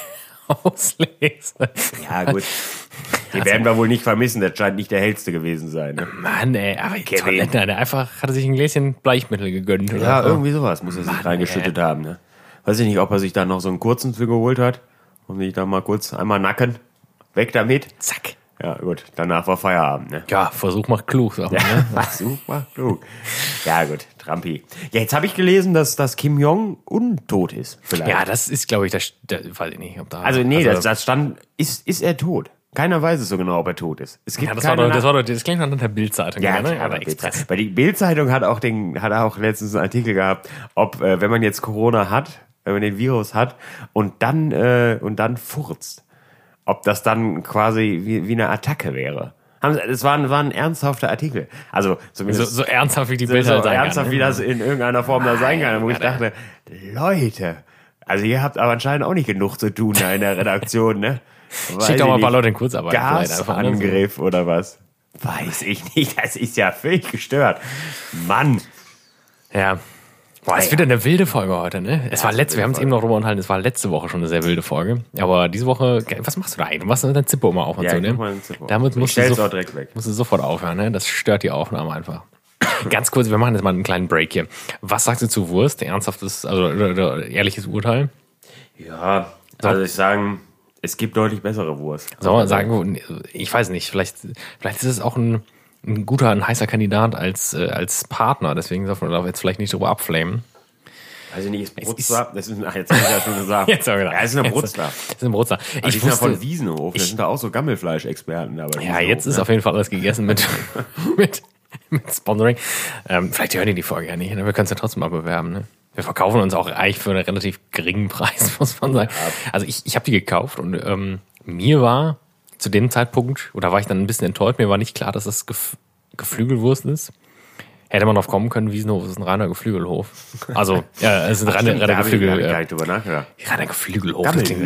Auslese. Ja, gut. Den werden wir wohl nicht vermissen, das scheint nicht der hellste gewesen sein. Ne? Mann, ey, aber der hat er sich ein Gläschen Bleichmittel gegönnt. Oder ja, so. irgendwie sowas muss er sich reingeschüttet haben. Ne? Weiß ich nicht, ob er sich da noch so einen kurzen für geholt hat. Und sich da mal kurz einmal nacken. Weg damit. Zack. Ja, gut. Danach war Feierabend, ne? Ja, Versuch macht klug, sag mal, ne? Versuch macht klug. Ja, gut. Trampi. Ja, jetzt habe ich gelesen, dass Kim Jong-un tot ist. Vielleicht. Ja, das ist, glaube ich, das weiß ich nicht, ob da. Also, nee, das stand, ist er tot? Keiner weiß es so genau, ob er tot ist. Es gibt das klingt nach der Bild-Zeitung. Ja, ne? aber Express. Weil die Bild-Zeitung hat auch letztens einen Artikel gehabt, ob, wenn man jetzt Corona hat, wenn man den Virus hat und dann furzt, ob das dann quasi wie eine Attacke wäre. Es war ein ernsthafter Artikel. Also zumindest so ernsthaft wie die Bilder so sein ernsthaft kann, wie das in irgendeiner Form da sein kann, wo ich dachte, Leute, also ihr habt aber anscheinend auch nicht genug zu tun da in der Redaktion, ne? Schickt doch mal ein paar Leute in Kurzarbeit. Gasangriff oder was? Weiß ich nicht, das ist ja völlig gestört. Mann. Ja. Boah, es ist wieder eine wilde Folge heute, ne? Wir haben es eben noch drüber unterhalten, es war letzte Woche schon eine sehr wilde Folge. Aber diese Woche, was machst du da eigentlich? Du machst dein Zippo immer auf und so, ne? Damit musst du sofort aufhören, ne? Das stört die Aufnahme einfach. Ganz kurz, wir machen jetzt mal einen kleinen Break hier. Was sagst du zu Wurst? Ernsthaftes, oder ehrliches Urteil? Ja, also ich sagen, es gibt deutlich bessere Wurst. So, sagen, ich weiß nicht, vielleicht ist es auch ein heißer Kandidat als Partner, deswegen darf man da jetzt vielleicht nicht drüber abflamen. Weiß ich nicht, ist Brutzler? Jetzt habe ich ja schon gesagt. Jetzt auch gedacht. Ja, ist eine Brutzler. Ist eine Brutzler. Ich bin ja von Wiesenhof, da sind da auch so Gammelfleisch-Experten. Ja, jetzt ist auf jeden Fall alles gegessen mit Sponsoring. Vielleicht hören die Folge ja nicht, ne? Wir können es ja trotzdem mal bewerben, ne? Wir verkaufen uns auch eigentlich für einen relativ geringen Preis, muss man sagen. Ja. Also ich habe die gekauft und mir war zu dem Zeitpunkt, oder war ich dann ein bisschen enttäuscht, mir war nicht klar, dass das Geflügelwurst ist. Hätte man drauf kommen können, Wiesenhof ist ein reiner Geflügelhof. Also, ja, es ist ein reiner Geflügel. Ich gar nicht drüber nachgedacht. Reiner Geflügelhof.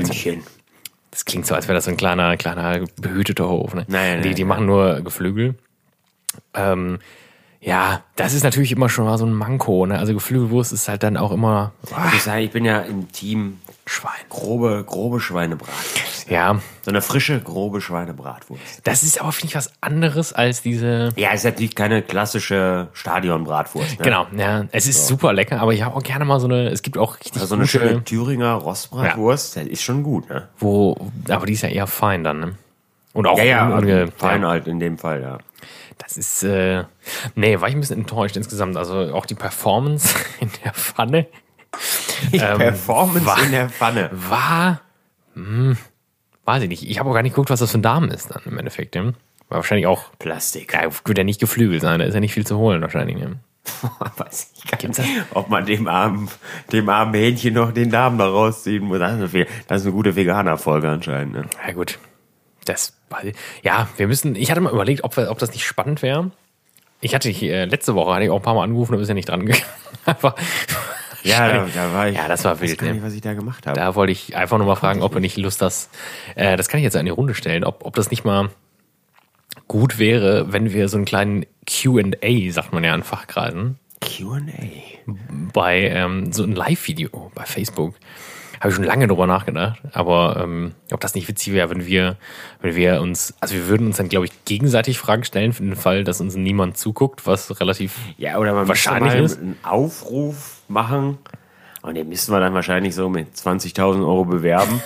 Das klingt so, als wäre das so ein kleiner behüteter Hof. Ne? Nein, die machen nur Geflügel. Ja, das ist natürlich immer schon mal so ein Manko, ne? Also Geflügelwurst ist halt dann auch immer Ich sage, ich bin ja im Team Schwein. grobe Schweinebratwurst. Ja, So eine frische, grobe Schweinebratwurst. das ist aber, finde ich, was anderes als diese. Ja, ist natürlich keine klassische Stadionbratwurst. Ne? Genau, ja, es ist super lecker, aber ich habe auch gerne mal so eine, es gibt auch richtig Also so eine gute, schöne Thüringer Rostbratwurst, das ist schon gut, ne? aber die ist ja eher fein dann, ne? Und auch fein halt in dem Fall, ja. Das ist, nee, war ich ein bisschen enttäuscht insgesamt. Also auch die Performance in der Pfanne. Performance in der Pfanne. War, weiß ich nicht. Ich habe auch gar nicht geguckt, was das für ein Darm ist dann im Endeffekt. Ne? War wahrscheinlich auch Plastik. Ja, wird ja nicht geflügelt sein, da ist ja nicht viel zu holen wahrscheinlich. Ne? Weiß ich gar nicht, ob man dem armen Hähnchen noch den Darm da rausziehen muss. Das ist eine gute Veganer-Folge anscheinend. Ne? Ja gut, ich hatte mal überlegt, ob das nicht spannend wäre. Letzte Woche hatte ich auch ein paar Mal angerufen, da bist du ja nicht dran gegangen. Einfach, da war ich. Ja, das war Ich weiß wild. gar nicht, Ne? was ich da gemacht habe. Da wollte ich einfach nur mal fragen, ob du nicht Lust hast, das kann ich jetzt in die Runde stellen, ob das nicht mal gut wäre, wenn wir so einen kleinen Q&A, sagt man ja in Fachkreisen, Q&A. bei so ein Live-Video bei Facebook. Habe ich schon lange drüber nachgedacht, aber ob das nicht witzig wäre, wenn wir uns, also wir würden uns dann, glaube ich, gegenseitig Fragen stellen für den Fall, dass uns niemand zuguckt, was relativ oder man wahrscheinlich müsste ist. mal einen Aufruf machen und den müssten wir dann wahrscheinlich so mit 20.000 Euro bewerben,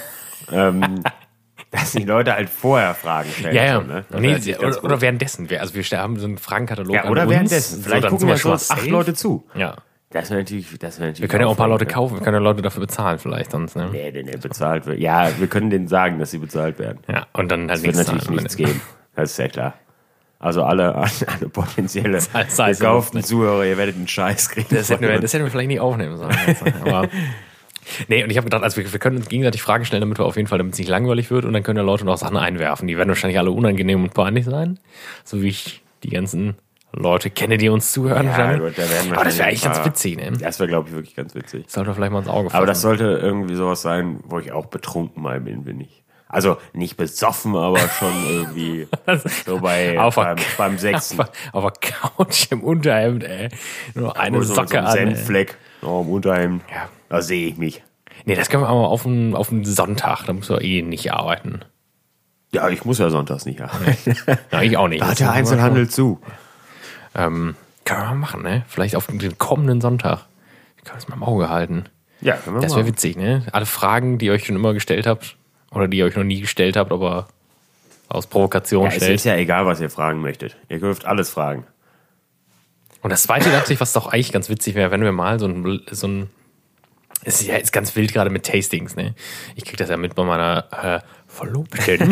dass die Leute halt vorher Fragen stellen. Ja. So, ne? Nee, oder währenddessen. Wir haben so einen Fragenkatalog ja, an oder uns. währenddessen. Vielleicht dann gucken sind wir schon schon mal 8 safe. Leute zu. Ja. Das wäre natürlich. Wir können ja auch ein paar Leute aufregend, kaufen, wir können ja Leute dafür bezahlen vielleicht sonst. Ne? Nee, der bezahlt wird. Ja, wir können denen sagen, dass sie bezahlt werden. Ja, und dann halt Es wird nichts natürlich zahlen. nichts geben. Das ist ja klar. Also alle potenzielle Sei es gekauften nicht. Zuhörer, ihr werdet einen Scheiß kriegen. Das hätten wir vielleicht nicht aufnehmen sollen. Aber nee, und ich habe gedacht, also wir können uns gegenseitig Fragen stellen, damit es nicht langweilig wird und dann können ja Leute noch Sachen einwerfen. Die werden wahrscheinlich alle unangenehm und peinlich sein, so wie ich die ganzen Leute kenne, die uns zuhören. Ja, gut, da werden wir aber das wäre wahrscheinlich echt ganz witzig, ne? Das wäre, glaube ich, wirklich ganz witzig. Sollte man vielleicht mal ins Auge fassen. Aber das sollte irgendwie sowas sein, wo ich auch betrunken mal bin ich. Also nicht besoffen, aber schon irgendwie so beim Sechsten. Auf der Couch im Unterhemd, ey. Nur eine so Socke ein an. Ey. Senffleck im Unterhemd. Ja. Da sehe ich mich. Nee, das können wir aber auf einen Sonntag. Da muss man nicht arbeiten. Ja, ich muss ja sonntags nicht arbeiten. Ja, ich auch nicht. Da hat der Einzelhandel zu. Können wir mal machen, ne? Vielleicht auf den kommenden Sonntag. Ich kann das mal im Auge halten. Ja, können wir Das wäre witzig, ne? Alle Fragen, die ihr euch schon immer gestellt habt oder die ihr euch noch nie gestellt habt, aber aus Provokation Es stellt. ist ja egal, was ihr fragen möchtet. Ihr dürft alles fragen. Und das Zweite dachte ich, was doch eigentlich ganz witzig wäre, wenn wir mal so ein es ist ja jetzt ganz wild gerade mit Tastings, ne? Ich krieg das ja mit bei meiner Verlobten.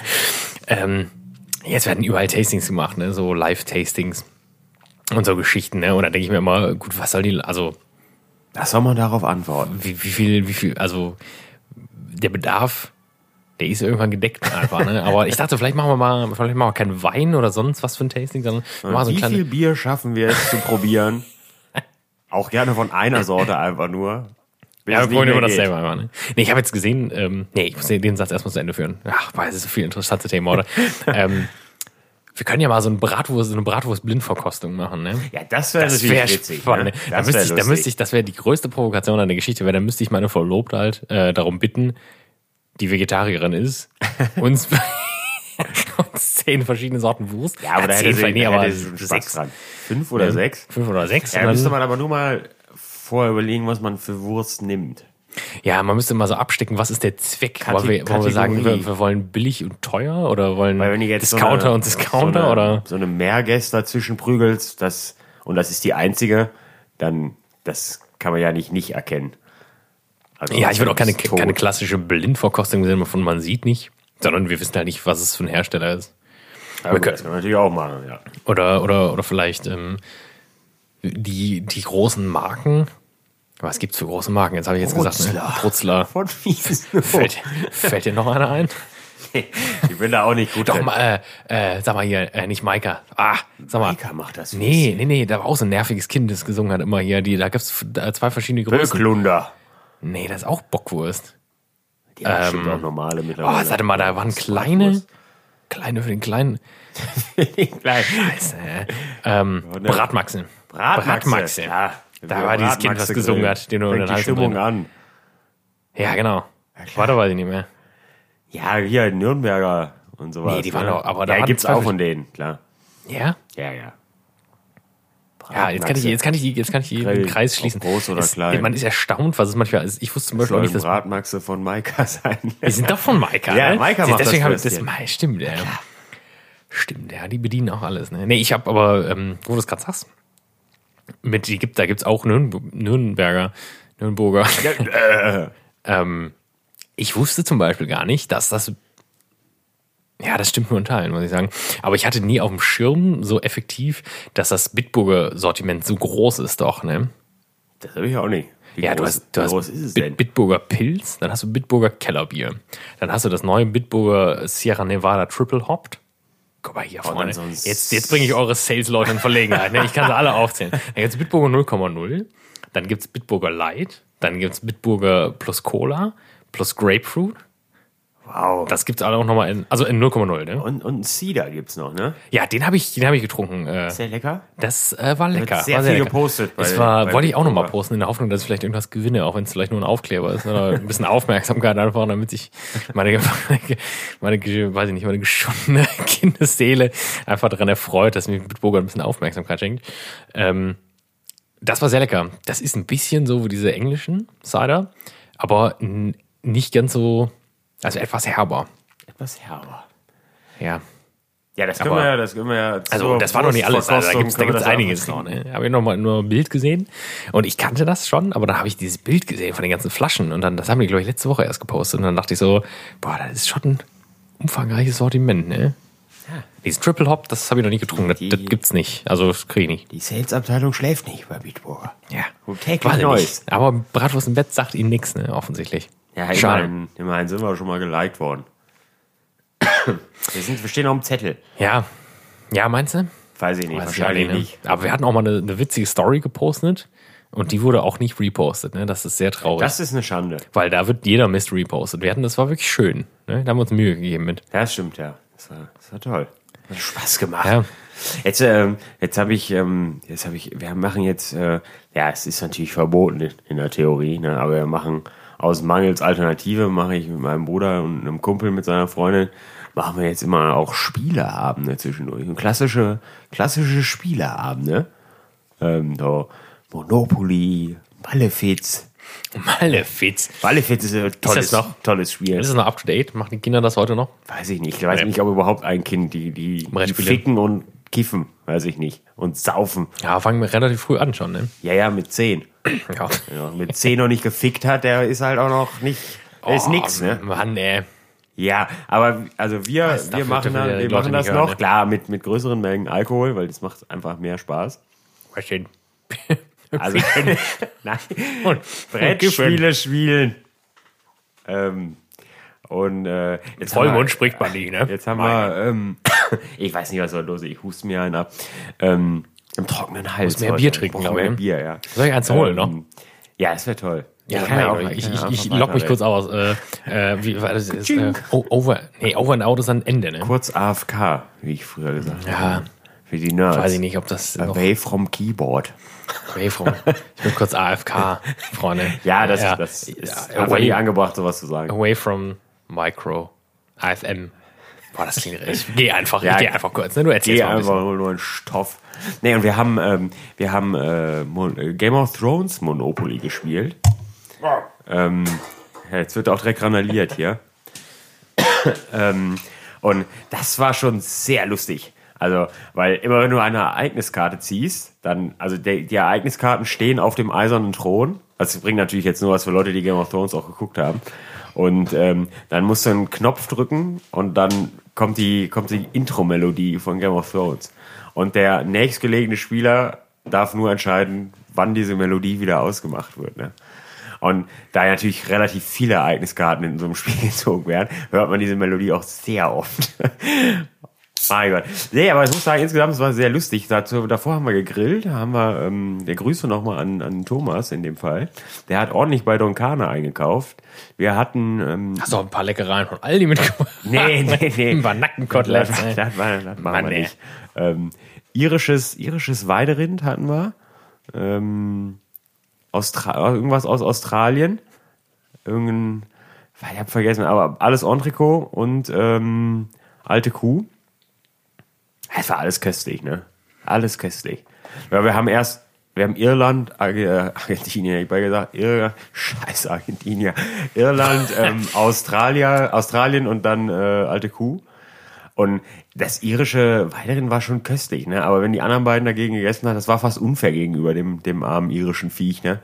Jetzt werden überall Tastings gemacht, ne? So Live-Tastings und so Geschichten, ne? Und da denke ich mir immer, gut, was soll Was soll man darauf antworten? wie viel, also der Bedarf, der ist irgendwann gedeckt einfach, ne? Aber ich dachte, vielleicht machen wir keinen Wein oder sonst was für ein Tasting, sondern wir machen so ein Wie kleines. viel Bier schaffen wir jetzt zu probieren? Auch gerne von einer Sorte einfach nur. Ja, wir wollen über das geht. selber einfach, ne? Nee, ich habe jetzt gesehen, ich muss den Satz erstmal zu Ende führen. Ach, weil es ist so viel interessante Themen, oder? Wir können ja mal so eine Bratwurst-Blindverkostung machen, ne? Ja, das wäre natürlich witzig. Spannend, Ne? ne? Das wäre die größte Provokation an der Geschichte, weil dann müsste ich meine Verlobte halt darum bitten, die Vegetarierin ist, uns 10 verschiedene Sorten Wurst. Ja, aber da 10 hätte vielleicht nicht, aber schon Spaß 6 dran. 5 oder 6? 5 oder 6. Ja, da müsste man aber nur mal vorher überlegen, was man für Wurst nimmt. Ja, man müsste mal so abstecken, was ist der Zweck? Wollen wir sagen, Kategorie. wir wollen billig und teuer oder wollen Weil wenn du jetzt Discounter und Discounter oder? so eine Mehrgäste dazwischen prügelst, und das ist die einzige, dann das kann man ja nicht erkennen. Also Ja, ich würde auch keine tot. klassische Blindverkostung sehen, wovon man sieht nicht, sondern wir wissen halt nicht, was es für ein Hersteller ist. Ja, gut, das kann man natürlich auch machen, ja. Oder vielleicht die großen Marken. Was gibt's für große Marken? Jetzt habe ich jetzt gesagt, ne? Brutzler. Von Wiesno. Fällt dir noch einer ein? Ich bin da auch nicht gut Doch drin. mal, sag mal hier, nicht Maika. Sag mal. Maika macht das. Nee, da war auch so ein nerviges Kind, das gesungen hat immer hier. Da gibt's 2 verschiedene Größen. Böcklunder. Nee, das ist auch Bockwurst. Die haben bestimmt auch normale mittlerweile. Warte mal, da waren kleine für den kleinen. Klein. Scheiße. Bratmaxe. Bratmaxe. Ja, Da war dieses Kind, was gesungen hat, den du in den die Hals Stimmung drin. an. Ja, genau. Warte, weiß ich nicht mehr. Ja, hier Nürnberger und sowas. Nee, die waren auch, aber da ja, waren gibt's zwei auch von denen, klar. Ja? Ja, ja. Ja, jetzt kann ich den Kreis schließen. Groß oder klein. Man ist erstaunt, was es manchmal ist. Ich wusste zum Beispiel auch nicht, dass Bratmaxe von Maika sein. wir sind doch von Maika. Ja, ne? Maika macht deswegen das Würstchen. Stimmt, ja. Stimmt, ja, die bedienen auch alles. Ne? Nee, ich habe aber, wo du es gerade sagst, da gibt's auch Nürnberger. Ich wusste zum Beispiel gar nicht, dass das. Ja, das stimmt nur in Teilen, muss ich sagen. Aber ich hatte nie auf dem Schirm so effektiv, dass das Bitburger Sortiment so groß ist, doch, ne? Das habe ich auch nicht. Wie Du groß hast ist es denn? Bitburger Pilz, dann hast du Bitburger Kellerbier. Dann hast du das neue Bitburger Sierra Nevada Triple Hopped. Guck mal hier, Freunde. Jetzt bringe ich eure Sales-Leute in Verlegenheit. Ne? Ich kann sie alle aufzählen. Dann gibt es Bitburger 0,0, dann gibt es Bitburger Light, dann gibt es Bitburger plus Cola, plus Grapefruit. Wow. Das gibt es alle auch nochmal in 0,0. Ne? Und Cider gibt's noch, ne? Ja, den hab ich getrunken. Sehr lecker. Das war lecker. Sehr war viel lecker. gepostet. Wollte ich auch nochmal posten, in der Hoffnung, dass ich vielleicht irgendwas gewinne, auch wenn es vielleicht nur ein Aufkleber ist. Oder ein bisschen Aufmerksamkeit einfach, damit sich meine geschundene Kindesseele einfach daran erfreut, dass mir Bitburger ein bisschen Aufmerksamkeit schenkt. Das war sehr lecker. Das ist ein bisschen so wie diese englischen Cider, aber nicht ganz so, also etwas herber. Etwas herber. Ja. Ja, das können wir ja. Also, das war noch nicht alles. Also, da gibt's einiges noch. Ne? Habe ich nur ein Bild gesehen und ich kannte das schon, aber dann habe ich dieses Bild gesehen von den ganzen Flaschen und dann, das haben die, glaube ich, letzte Woche erst gepostet und dann dachte ich so, boah, das ist schon ein umfangreiches Sortiment, ne? Ja. Dieses Triple Hop, das habe ich noch nie getrunken, das gibt's nicht. Also, das kriege ich nicht. Die Sales-Abteilung schläft nicht bei Bitburger. Ja. Und täglich Neues. Aber Bratwurst im Bett sagt ihnen nichts, ne? Offensichtlich. Ja, immerhin sind wir schon mal geliked worden. Wir stehen auf dem Zettel. Ja. Ja, meinst du? Weiß ich nicht, Wahrscheinlich nicht. Aber wir hatten auch mal eine witzige Story gepostet und die wurde auch nicht repostet. Ne? Das ist sehr traurig. Das ist eine Schande. Weil da wird jeder Mist repostet. Das war wirklich schön. Ne? Da haben wir uns Mühe gegeben mit. Das stimmt, ja. Das war toll. Hat Spaß gemacht. Ja. Wir machen jetzt, es ist natürlich verboten in der Theorie, ne? Aber wir machen aus Mangels Alternative, mache ich mit meinem Bruder und einem Kumpel mit seiner Freundin, machen wir jetzt immer auch Spieleabende zwischendurch. Und klassische Spieleabende. So Monopoly, Malefiz. Malefiz Ist ein tolles Spiel. Ist es noch up to date? Machen die Kinder das heute noch? Weiß ich nicht. Ich weiß nicht, ob überhaupt ein Kind, die ficken und kiffen, weiß ich nicht. Und saufen. Ja, fangen wir relativ früh an schon, ne? Ja, mit 10. Ja. Ja, mit 10 noch nicht gefickt hat, der ist halt auch noch nicht, ist nix, ne? Mann, ey. Ja, aber also wir machen das noch, ne? klar, mit größeren Mengen Alkohol, weil das macht einfach mehr Spaß. Was denn? Also, nein, Brettspiele spielen. Jetzt Vollmond spricht man nicht, ne? Jetzt haben wir, ich weiß nicht, was soll los ist, ich huste mir einen ab. Im trockenen Hals. Muss mehr Bier trinken, glaube ich. Mehr Bier, ja. Soll ich eins holen noch? Ja, das wäre toll. Ich lock mich kurz aus. Wie war das? Over and Out ist ein Ende, ne? Kurz AFK, wie ich früher gesagt habe. Ja. Für die Nerds. Weiß ich nicht, ob das Away from Keyboard. Ich bin kurz AFK, Freunde. Ja, das ist einfach nie angebracht, sowas zu sagen. Away from Micro. AFM. Boah, das klingt richtig. Ich geh einfach kurz. Ne? Du erzählst mal ein bisschen. Einfach nur ein Stoff. Nee, und wir haben Game of Thrones Monopoly gespielt. Jetzt wird auch direkt randaliert hier. Und das war schon sehr lustig. Also, weil immer wenn du eine Ereigniskarte ziehst, dann, also die Ereigniskarten stehen auf dem eisernen Thron. Also, sie bringen natürlich jetzt nur was für Leute, die Game of Thrones auch geguckt haben. Und dann musst du einen Knopf drücken und dann kommt die Intro-Melodie von Game of Thrones. Und der nächstgelegene Spieler darf nur entscheiden, wann diese Melodie wieder ausgemacht wird. Ne? Und da natürlich relativ viele Ereigniskarten in so einem Spiel gezogen werden, hört man diese Melodie auch sehr oft. Mein Gott. Nee, aber ich muss sagen, insgesamt, es war sehr lustig. Davor haben wir gegrillt, der Grüße nochmal an Thomas in dem Fall. Der hat ordentlich bei Doncana eingekauft. Wir hatten... Hast du auch ein paar Leckereien von Aldi mitgebracht? Nee. Ein paar Nackenkoteletts. Das machen wir nicht. irisches Weiderind hatten wir. Irgendwas aus Australien. Ich habe vergessen, aber alles Entrecot und alte Kuh. Es war alles köstlich, ne? Alles köstlich. Ja, wir haben Irland, Argentinien, hätte ich bei gesagt, scheiß Argentinier. Irland, Australien und dann alte Kuh. Und das irische Weiderind war schon köstlich, ne? Aber wenn die anderen beiden dagegen gegessen haben, das war fast unfair gegenüber dem armen irischen Viech, ne?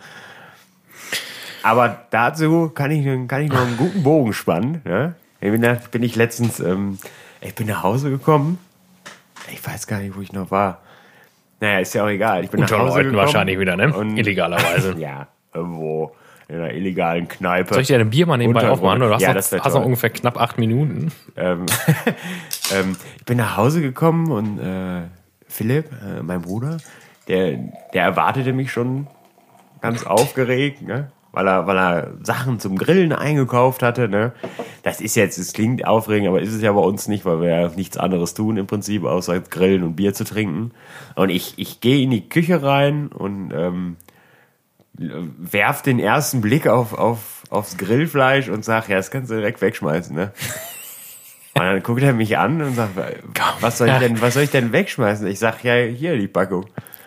Aber dazu kann ich noch einen guten Bogen spannen, ne? Bin ich letztens, ich bin nach Hause gekommen. Ich weiß gar nicht, wo ich noch war. Naja, ist ja auch egal. Ich bin nach Hause gekommen. Wahrscheinlich wieder, ne? Illegalerweise. Ja, irgendwo in einer illegalen Kneipe. Soll ich dir ein Bier mal nebenbei aufmachen? Du hast noch ungefähr knapp 8 Minuten. Ich bin nach Hause gekommen und Philipp, mein Bruder, der erwartete mich schon ganz aufgeregt, ne? Weil er Sachen zum Grillen eingekauft hatte, ne? Es klingt aufregend, aber ist es ja bei uns nicht, weil wir ja nichts anderes tun im Prinzip, außer grillen und Bier zu trinken. Und ich gehe in die Küche rein und werf den ersten Blick aufs Grillfleisch und sag, ja, das kannst du direkt wegschmeißen, ne? Und dann guckt er mich an und sagt, was soll ich denn wegschmeißen? Ich sag, ja, hier die Packung.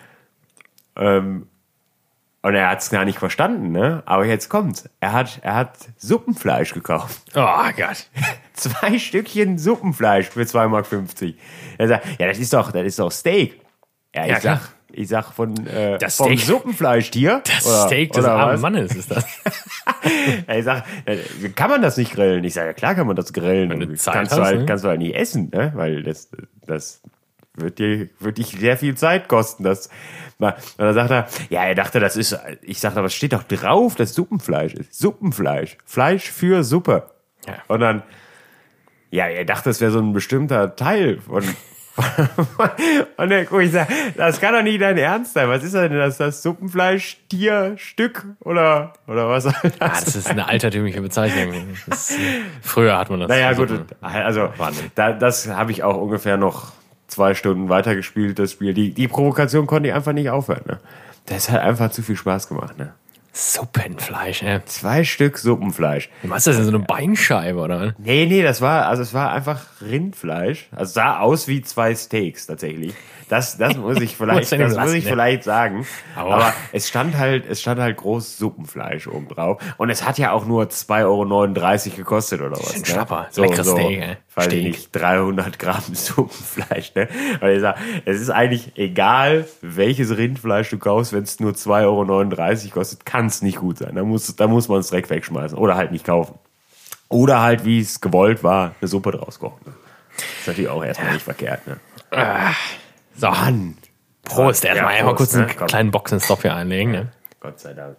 Und er hat es gar nicht verstanden, ne? Aber jetzt kommt's. Er hat Suppenfleisch gekauft. Oh Gott. 2 Stückchen Suppenfleisch für 2,50 Mark. Er sagt, ja, das ist doch Steak. Ja, ich sag vom Suppenfleischtier. Das Steak des armen Mannes ist das. Er sagt, kann man das nicht grillen? Ich sage, ja klar kann man das grillen. Wenn du Zeit kannst du halt nicht essen, ne? Weil das wird dich sehr viel Zeit kosten. Und dann sagt er, ja, er dachte, das ist, ich sagte, aber es steht doch drauf, dass Suppenfleisch ist. Suppenfleisch. Fleisch für Suppe. Ja. Und dann, ja, er dachte, das wäre so ein bestimmter Teil von und dann guck ich, sag, das kann doch nicht dein Ernst sein. Was ist denn das Suppenfleisch-Tierstück oder was soll das? Das ist eine altertümliche Bezeichnung. Früher hat man das. Naja, gut, also das habe ich auch ungefähr noch 2 Stunden weitergespielt, das Spiel. Die Provokation konnte ich einfach nicht aufhören. Ne? Das hat einfach zu viel Spaß gemacht. Ne? Suppenfleisch, ne? 2 Stück Suppenfleisch. Was ist das denn, so eine Beinscheibe, oder? Nee, es war einfach Rindfleisch. Also sah aus wie 2 Steaks tatsächlich. Das muss ich vielleicht sagen. Aber es stand halt groß Suppenfleisch oben drauf. Und es hat ja auch nur 2,39 € gekostet oder was. Ein Schnapper. Ne? Leckeres Steak, weiß ich nicht, 300 Gramm Suppenfleisch, ne? Weil ich sag, es ist eigentlich egal, welches Rindfleisch du kaufst, wenn es nur 2,39 € kostet, kann es nicht gut sein. Da muss man es direkt wegschmeißen oder halt nicht kaufen. Oder halt, wie es gewollt war, eine Suppe draus kochen. Ne? Ist natürlich auch erstmal nicht verkehrt, ne? So, Mann. Prost, erstmal einmal kurz einen kleinen Boxenstopp hier einlegen, ne? Gott sei Dank.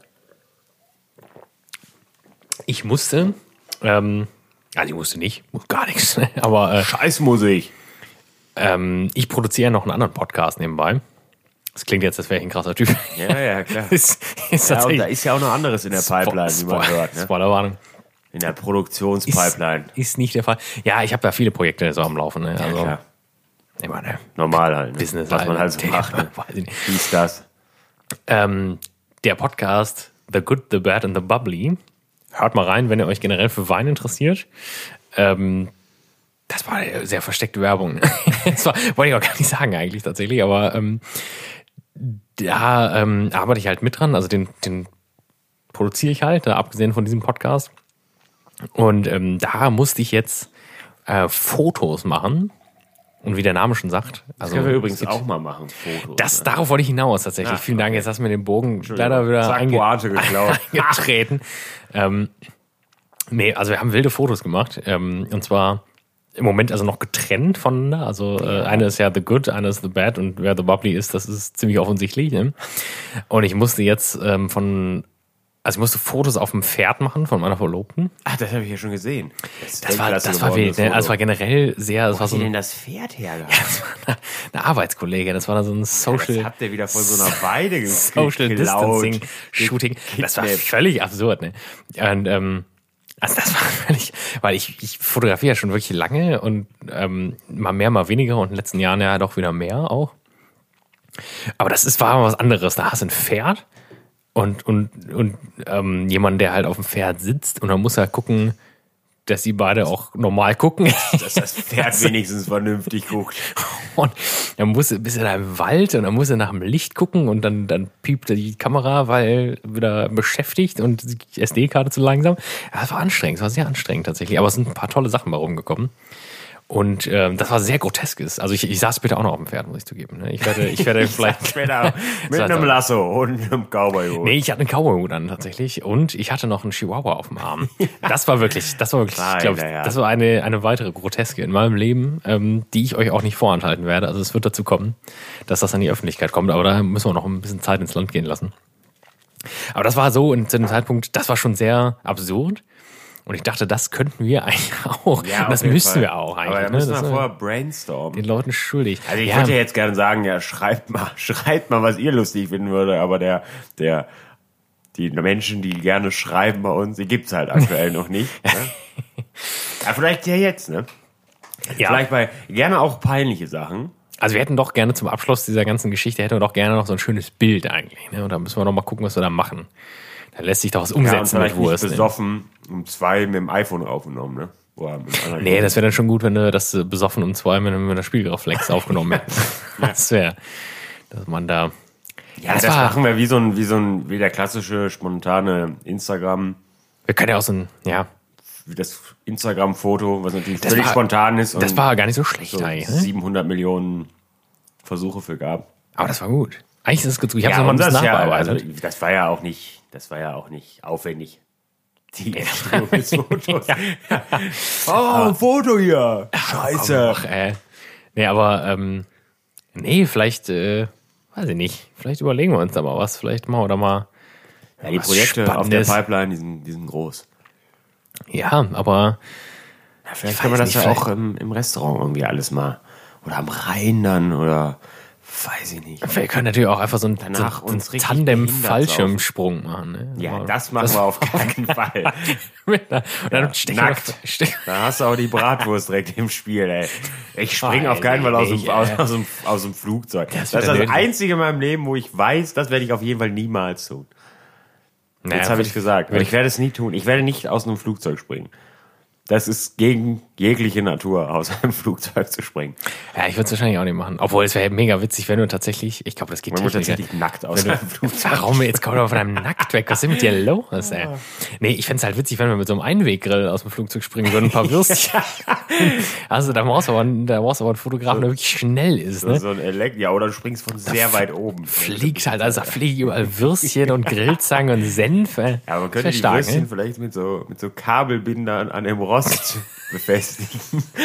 Ich musste, ich musste nicht, gar nichts, aber Scheiß muss ich. Ich produziere noch einen anderen Podcast nebenbei. Das klingt jetzt, als wäre ich ein krasser Typ. Ja, klar. ist und da ist ja auch noch anderes in der Pipeline, wie man hört. Ne? Spoilerwarnung. In der Produktionspipeline. Ist nicht der Fall. Ja, ich habe da viele Projekte so am Laufen. Ne? Also, klar. Ich meine, normal halt. Ne? Business was man halt so macht. Ne? Wie ist das? Der Podcast The Good, The Bad and The Bubbly. Hört mal rein, wenn ihr euch generell für Wein interessiert. Das war eine sehr versteckte Werbung. Das wollte ich auch gar nicht sagen eigentlich tatsächlich, aber da arbeite ich halt mit dran. Also den produziere ich halt, abgesehen von diesem Podcast. Und da musste ich jetzt Fotos machen. Und wie der Name schon sagt. Also, das können wir übrigens auch mal machen, Fotos. Darauf wollte ich hinaus tatsächlich. Ja, vielen Dank, jetzt hast du mir den Bogen leider wieder eingetreten. Nee, also wir haben wilde Fotos gemacht. Und zwar im Moment also noch getrennt voneinander. Also eine ist ja The Good, eine ist The Bad. Und wer The Bubbly ist, das ist ziemlich offensichtlich. Ne? Und ich musste jetzt ich musste Fotos auf dem Pferd machen von meiner Verlobten. Ach, das habe ich ja schon gesehen. Das war wild, ne? Also es war generell sehr... Wo hast du denn das Pferd hergehabt? Ja, das war eine Arbeitskollegin. Das war dann so ein Social... Das habt ihr wieder von so einer Weide Social Distancing Shooting. Das war völlig absurd, ne? Und also das war völlig... Weil ich fotografiere ja schon wirklich lange und mal mehr, mal weniger und in den letzten Jahren ja doch wieder mehr auch. Aber war was anderes. Da hast du ein Pferd und jemand, der halt auf dem Pferd sitzt und dann muss er gucken, dass die beide auch normal gucken. Dass das Pferd wenigstens vernünftig guckt. Und dann bist du da im Wald und dann muss er nach dem Licht gucken und dann piept die Kamera, weil wieder beschäftigt und die SD-Karte zu langsam. Ja, das war anstrengend, das war sehr anstrengend tatsächlich. Aber es sind ein paar tolle Sachen bei rumgekommen. Und das war sehr groteskes. Also ich saß später auch noch auf dem Pferd, muss ich zugeben. Ne? Ich werde vielleicht später mit einem Lasso und einem Cowboy-Hut. Nee, ich hatte einen Cowboy-Hut an tatsächlich und ich hatte noch einen Chihuahua auf dem Arm. Das war wirklich, glaube ich, das war eine weitere Groteske in meinem Leben, die ich euch auch nicht vorenthalten werde. Also es wird dazu kommen, dass das an die Öffentlichkeit kommt, aber da müssen wir noch ein bisschen Zeit ins Land gehen lassen. Aber das war so und zu dem Zeitpunkt, das war schon sehr absurd. Und ich dachte, das könnten wir eigentlich auch. Ja, und das müssen wir auch eigentlich. Aber da müssen wir vorher brainstormen. Den Leuten schuldig. Also ich würde ja jetzt gerne sagen, ja, schreibt mal, was ihr lustig finden würde, aber die Menschen, die gerne schreiben bei uns, die gibt's halt aktuell noch nicht. Ne? Ja, vielleicht ja jetzt, ne? Ja. Vielleicht gerne auch peinliche Sachen. Also wir hätten doch gerne zum Abschluss dieser ganzen Geschichte, noch so ein schönes Bild eigentlich. Ne? Und da müssen wir noch mal gucken, was wir da machen. Da lässt sich doch was umsetzen mit Wurst. Nicht besoffen um 2 mit dem iPhone aufgenommen, ne? Nee, das wäre dann schon gut, wenn du das besoffen um 2 mit der Spiegelreflex aufgenommen hättest. Das wäre, dass man da... Ja, das machen wir wie der klassische spontane Instagram. Wir können ja auch so ein, wie das Instagram-Foto, was natürlich völlig spontan ist. Das war gar nicht so schlecht so eigentlich. 700 Millionen Versuche für gab. Aber das war gut. Eigentlich ist es gut. Ich habe es nochmal ein bisschen nachbearbeitet. Also, das war ja auch nicht aufwendig. Die Entstehung des Fotos. Oh, ein Foto hier. Scheiße. Nee, aber vielleicht, weiß ich nicht. Vielleicht überlegen wir uns da mal was. Vielleicht machen wir da mal. Ja, die Projekte auf der Pipeline, die sind groß. Ja, aber vielleicht kann man das ja auch im Restaurant irgendwie alles mal. Oder am Rhein dann oder weiß ich nicht. Wir können natürlich auch einfach so einen Tandem-Fallschirmsprung machen. Ne? Ja, das machen wir auf keinen Fall. Und dann nackt. Da hast du auch die Bratwurst direkt im Spiel, ey. Ich springe auf keinen Fall aus dem Flugzeug. Das ist das Einzige in meinem Leben, wo ich weiß, das werde ich auf jeden Fall niemals tun. Jetzt habe ich gesagt. Ich werde es nie tun. Ich werde nicht aus einem Flugzeug springen. Das ist gegen jegliche Natur, aus einem Flugzeug zu springen. Ja, ich würde es wahrscheinlich auch nicht machen. Obwohl, es wäre mega witzig, wenn du tatsächlich, ich glaube, das geht Man muss tatsächlich nackt aus einem Flugzeug. Warum? Jetzt kommt er von einem nackt weg. Was ist mit dir los, ey? Nee, ich fände es halt witzig, wenn wir mit so einem Einweggrill aus dem Flugzeug springen würden, ein paar Würstchen. Also, da brauchst du aber einen Fotografen, der wirklich schnell ist, ne? So ein oder du springst von sehr weit oben. Fliegt halt, also da fliegen überall Würstchen und Grillzangen und Senf. Ja, man könnte die Würstchen vielleicht mit so Kabelbindern an dem Rost befestigen.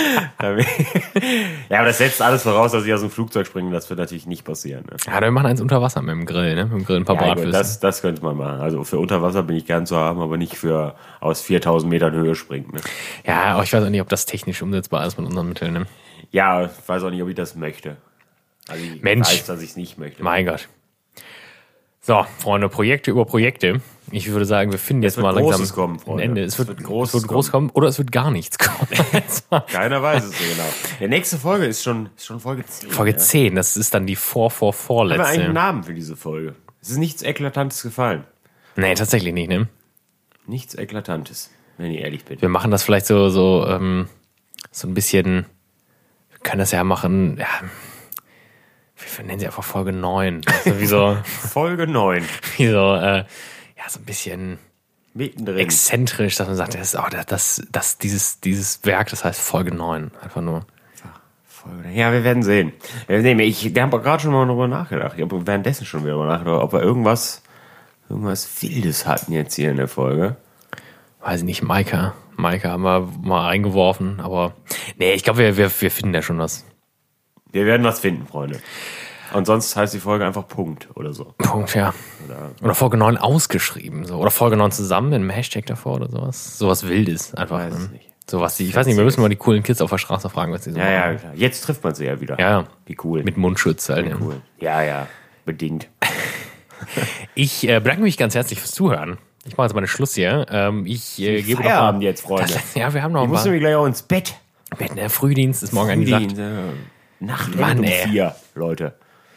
Ja, aber das setzt alles voraus, dass ich aus dem Flugzeug springe. Das wird natürlich nicht passieren. Ne? Ja, wir machen eins unter Wasser mit dem Grill, ne? Mit dem Grill ein paar Bratwürste. Das könnte man machen. Also für unter Wasser bin ich gern zu haben, aber nicht für aus 4000 Metern Höhe springen. Ne? Ja, aber ich weiß auch nicht, ob das technisch umsetzbar ist mit unseren Mitteln. Ne? Ja, ich weiß auch nicht, ob ich das möchte. Also ich weiß, dass ich es nicht möchte. Mein Gott. So, Freunde, Projekte über Projekte. Ich würde sagen, wir finden jetzt mal langsam ein Ende. Es wird groß kommen oder es wird gar nichts kommen. Keiner weiß es so genau. Die nächste Folge ist schon Folge 10. Folge 10, das ist dann die vorletzte. Haben wir eigentlich einen Namen für diese Folge? Es ist nichts Eklatantes gefallen. Nee, tatsächlich nicht, ne? Nichts Eklatantes, wenn ich ehrlich bin. Wir machen das vielleicht so ein bisschen, wir können das ja machen, ja, wir nennen sie einfach Folge 9. Also wie so, Folge 9. Wie so, so ein bisschen mittendrin exzentrisch, dass man sagt, dieses Werk, das heißt Folge 9. Einfach nur. Ja, wir werden sehen. Wir haben gerade schon mal darüber nachgedacht. Ich habe währenddessen schon wieder darüber nachgedacht, ob wir irgendwas Wildes hatten jetzt hier in der Folge. Weiß ich nicht, Maika haben wir mal eingeworfen, aber nee, ich glaube, wir finden ja schon was. Wir werden was finden, Freunde. Und sonst heißt die Folge einfach Punkt oder so. Punkt, ja. Oder Folge 9 ausgeschrieben. So. Oder Folge 9 zusammen mit einem Hashtag davor oder sowas. Sowas Wildes einfach. Ich weiß es nicht. Sowas, ich weiß nicht, wir müssen mal die coolen Kids auf der Straße fragen, was die so machen. Ja, jetzt trifft man sie ja wieder. Ja. Wie cool. Mit Mundschutz halt. Wie cool. Ja, bedingt. Ich bedanke mich ganz herzlich fürs Zuhören. Ich mache jetzt mal einen Schluss hier. Ich gebe Feierabend jetzt, Freunde. Ja, wir haben noch ein paar. Ich muss nämlich gleich auch ins Bett. Der Frühdienst ist morgen angesagt. Nacht um 4, Leute.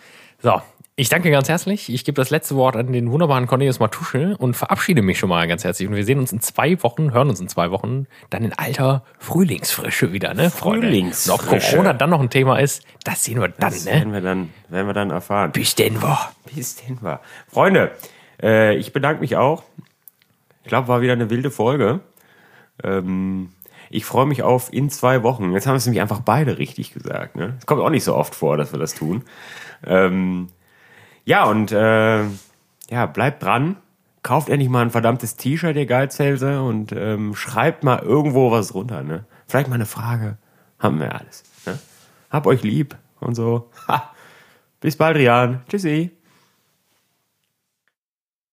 So, ich danke ganz herzlich. Ich gebe das letzte Wort an den wunderbaren Cornelius Matuschel und verabschiede mich schon mal ganz herzlich. Und wir sehen uns in 2 Wochen, hören uns in 2 Wochen, dann in alter Frühlingsfrische wieder, ne, Freunde? Frühlingsfrische. Und ob Corona dann noch ein Thema ist, das sehen wir dann, Das ne? werden wir dann erfahren. Bis denn war. Bis denn war. Freunde, ich bedanke mich auch. Ich glaube, war wieder eine wilde Folge. Ich freue mich auf in 2 Wochen. Jetzt haben wir es nämlich einfach beide richtig gesagt. Ne? Es kommt auch nicht so oft vor, dass wir das tun. Bleibt dran. Kauft endlich mal ein verdammtes T-Shirt, ihr Geizhälse, und schreibt mal irgendwo was runter. Ne? Vielleicht mal eine Frage. Haben wir alles. Ne? Hab euch lieb und so. Ha. Bis bald, Rian. Tschüssi.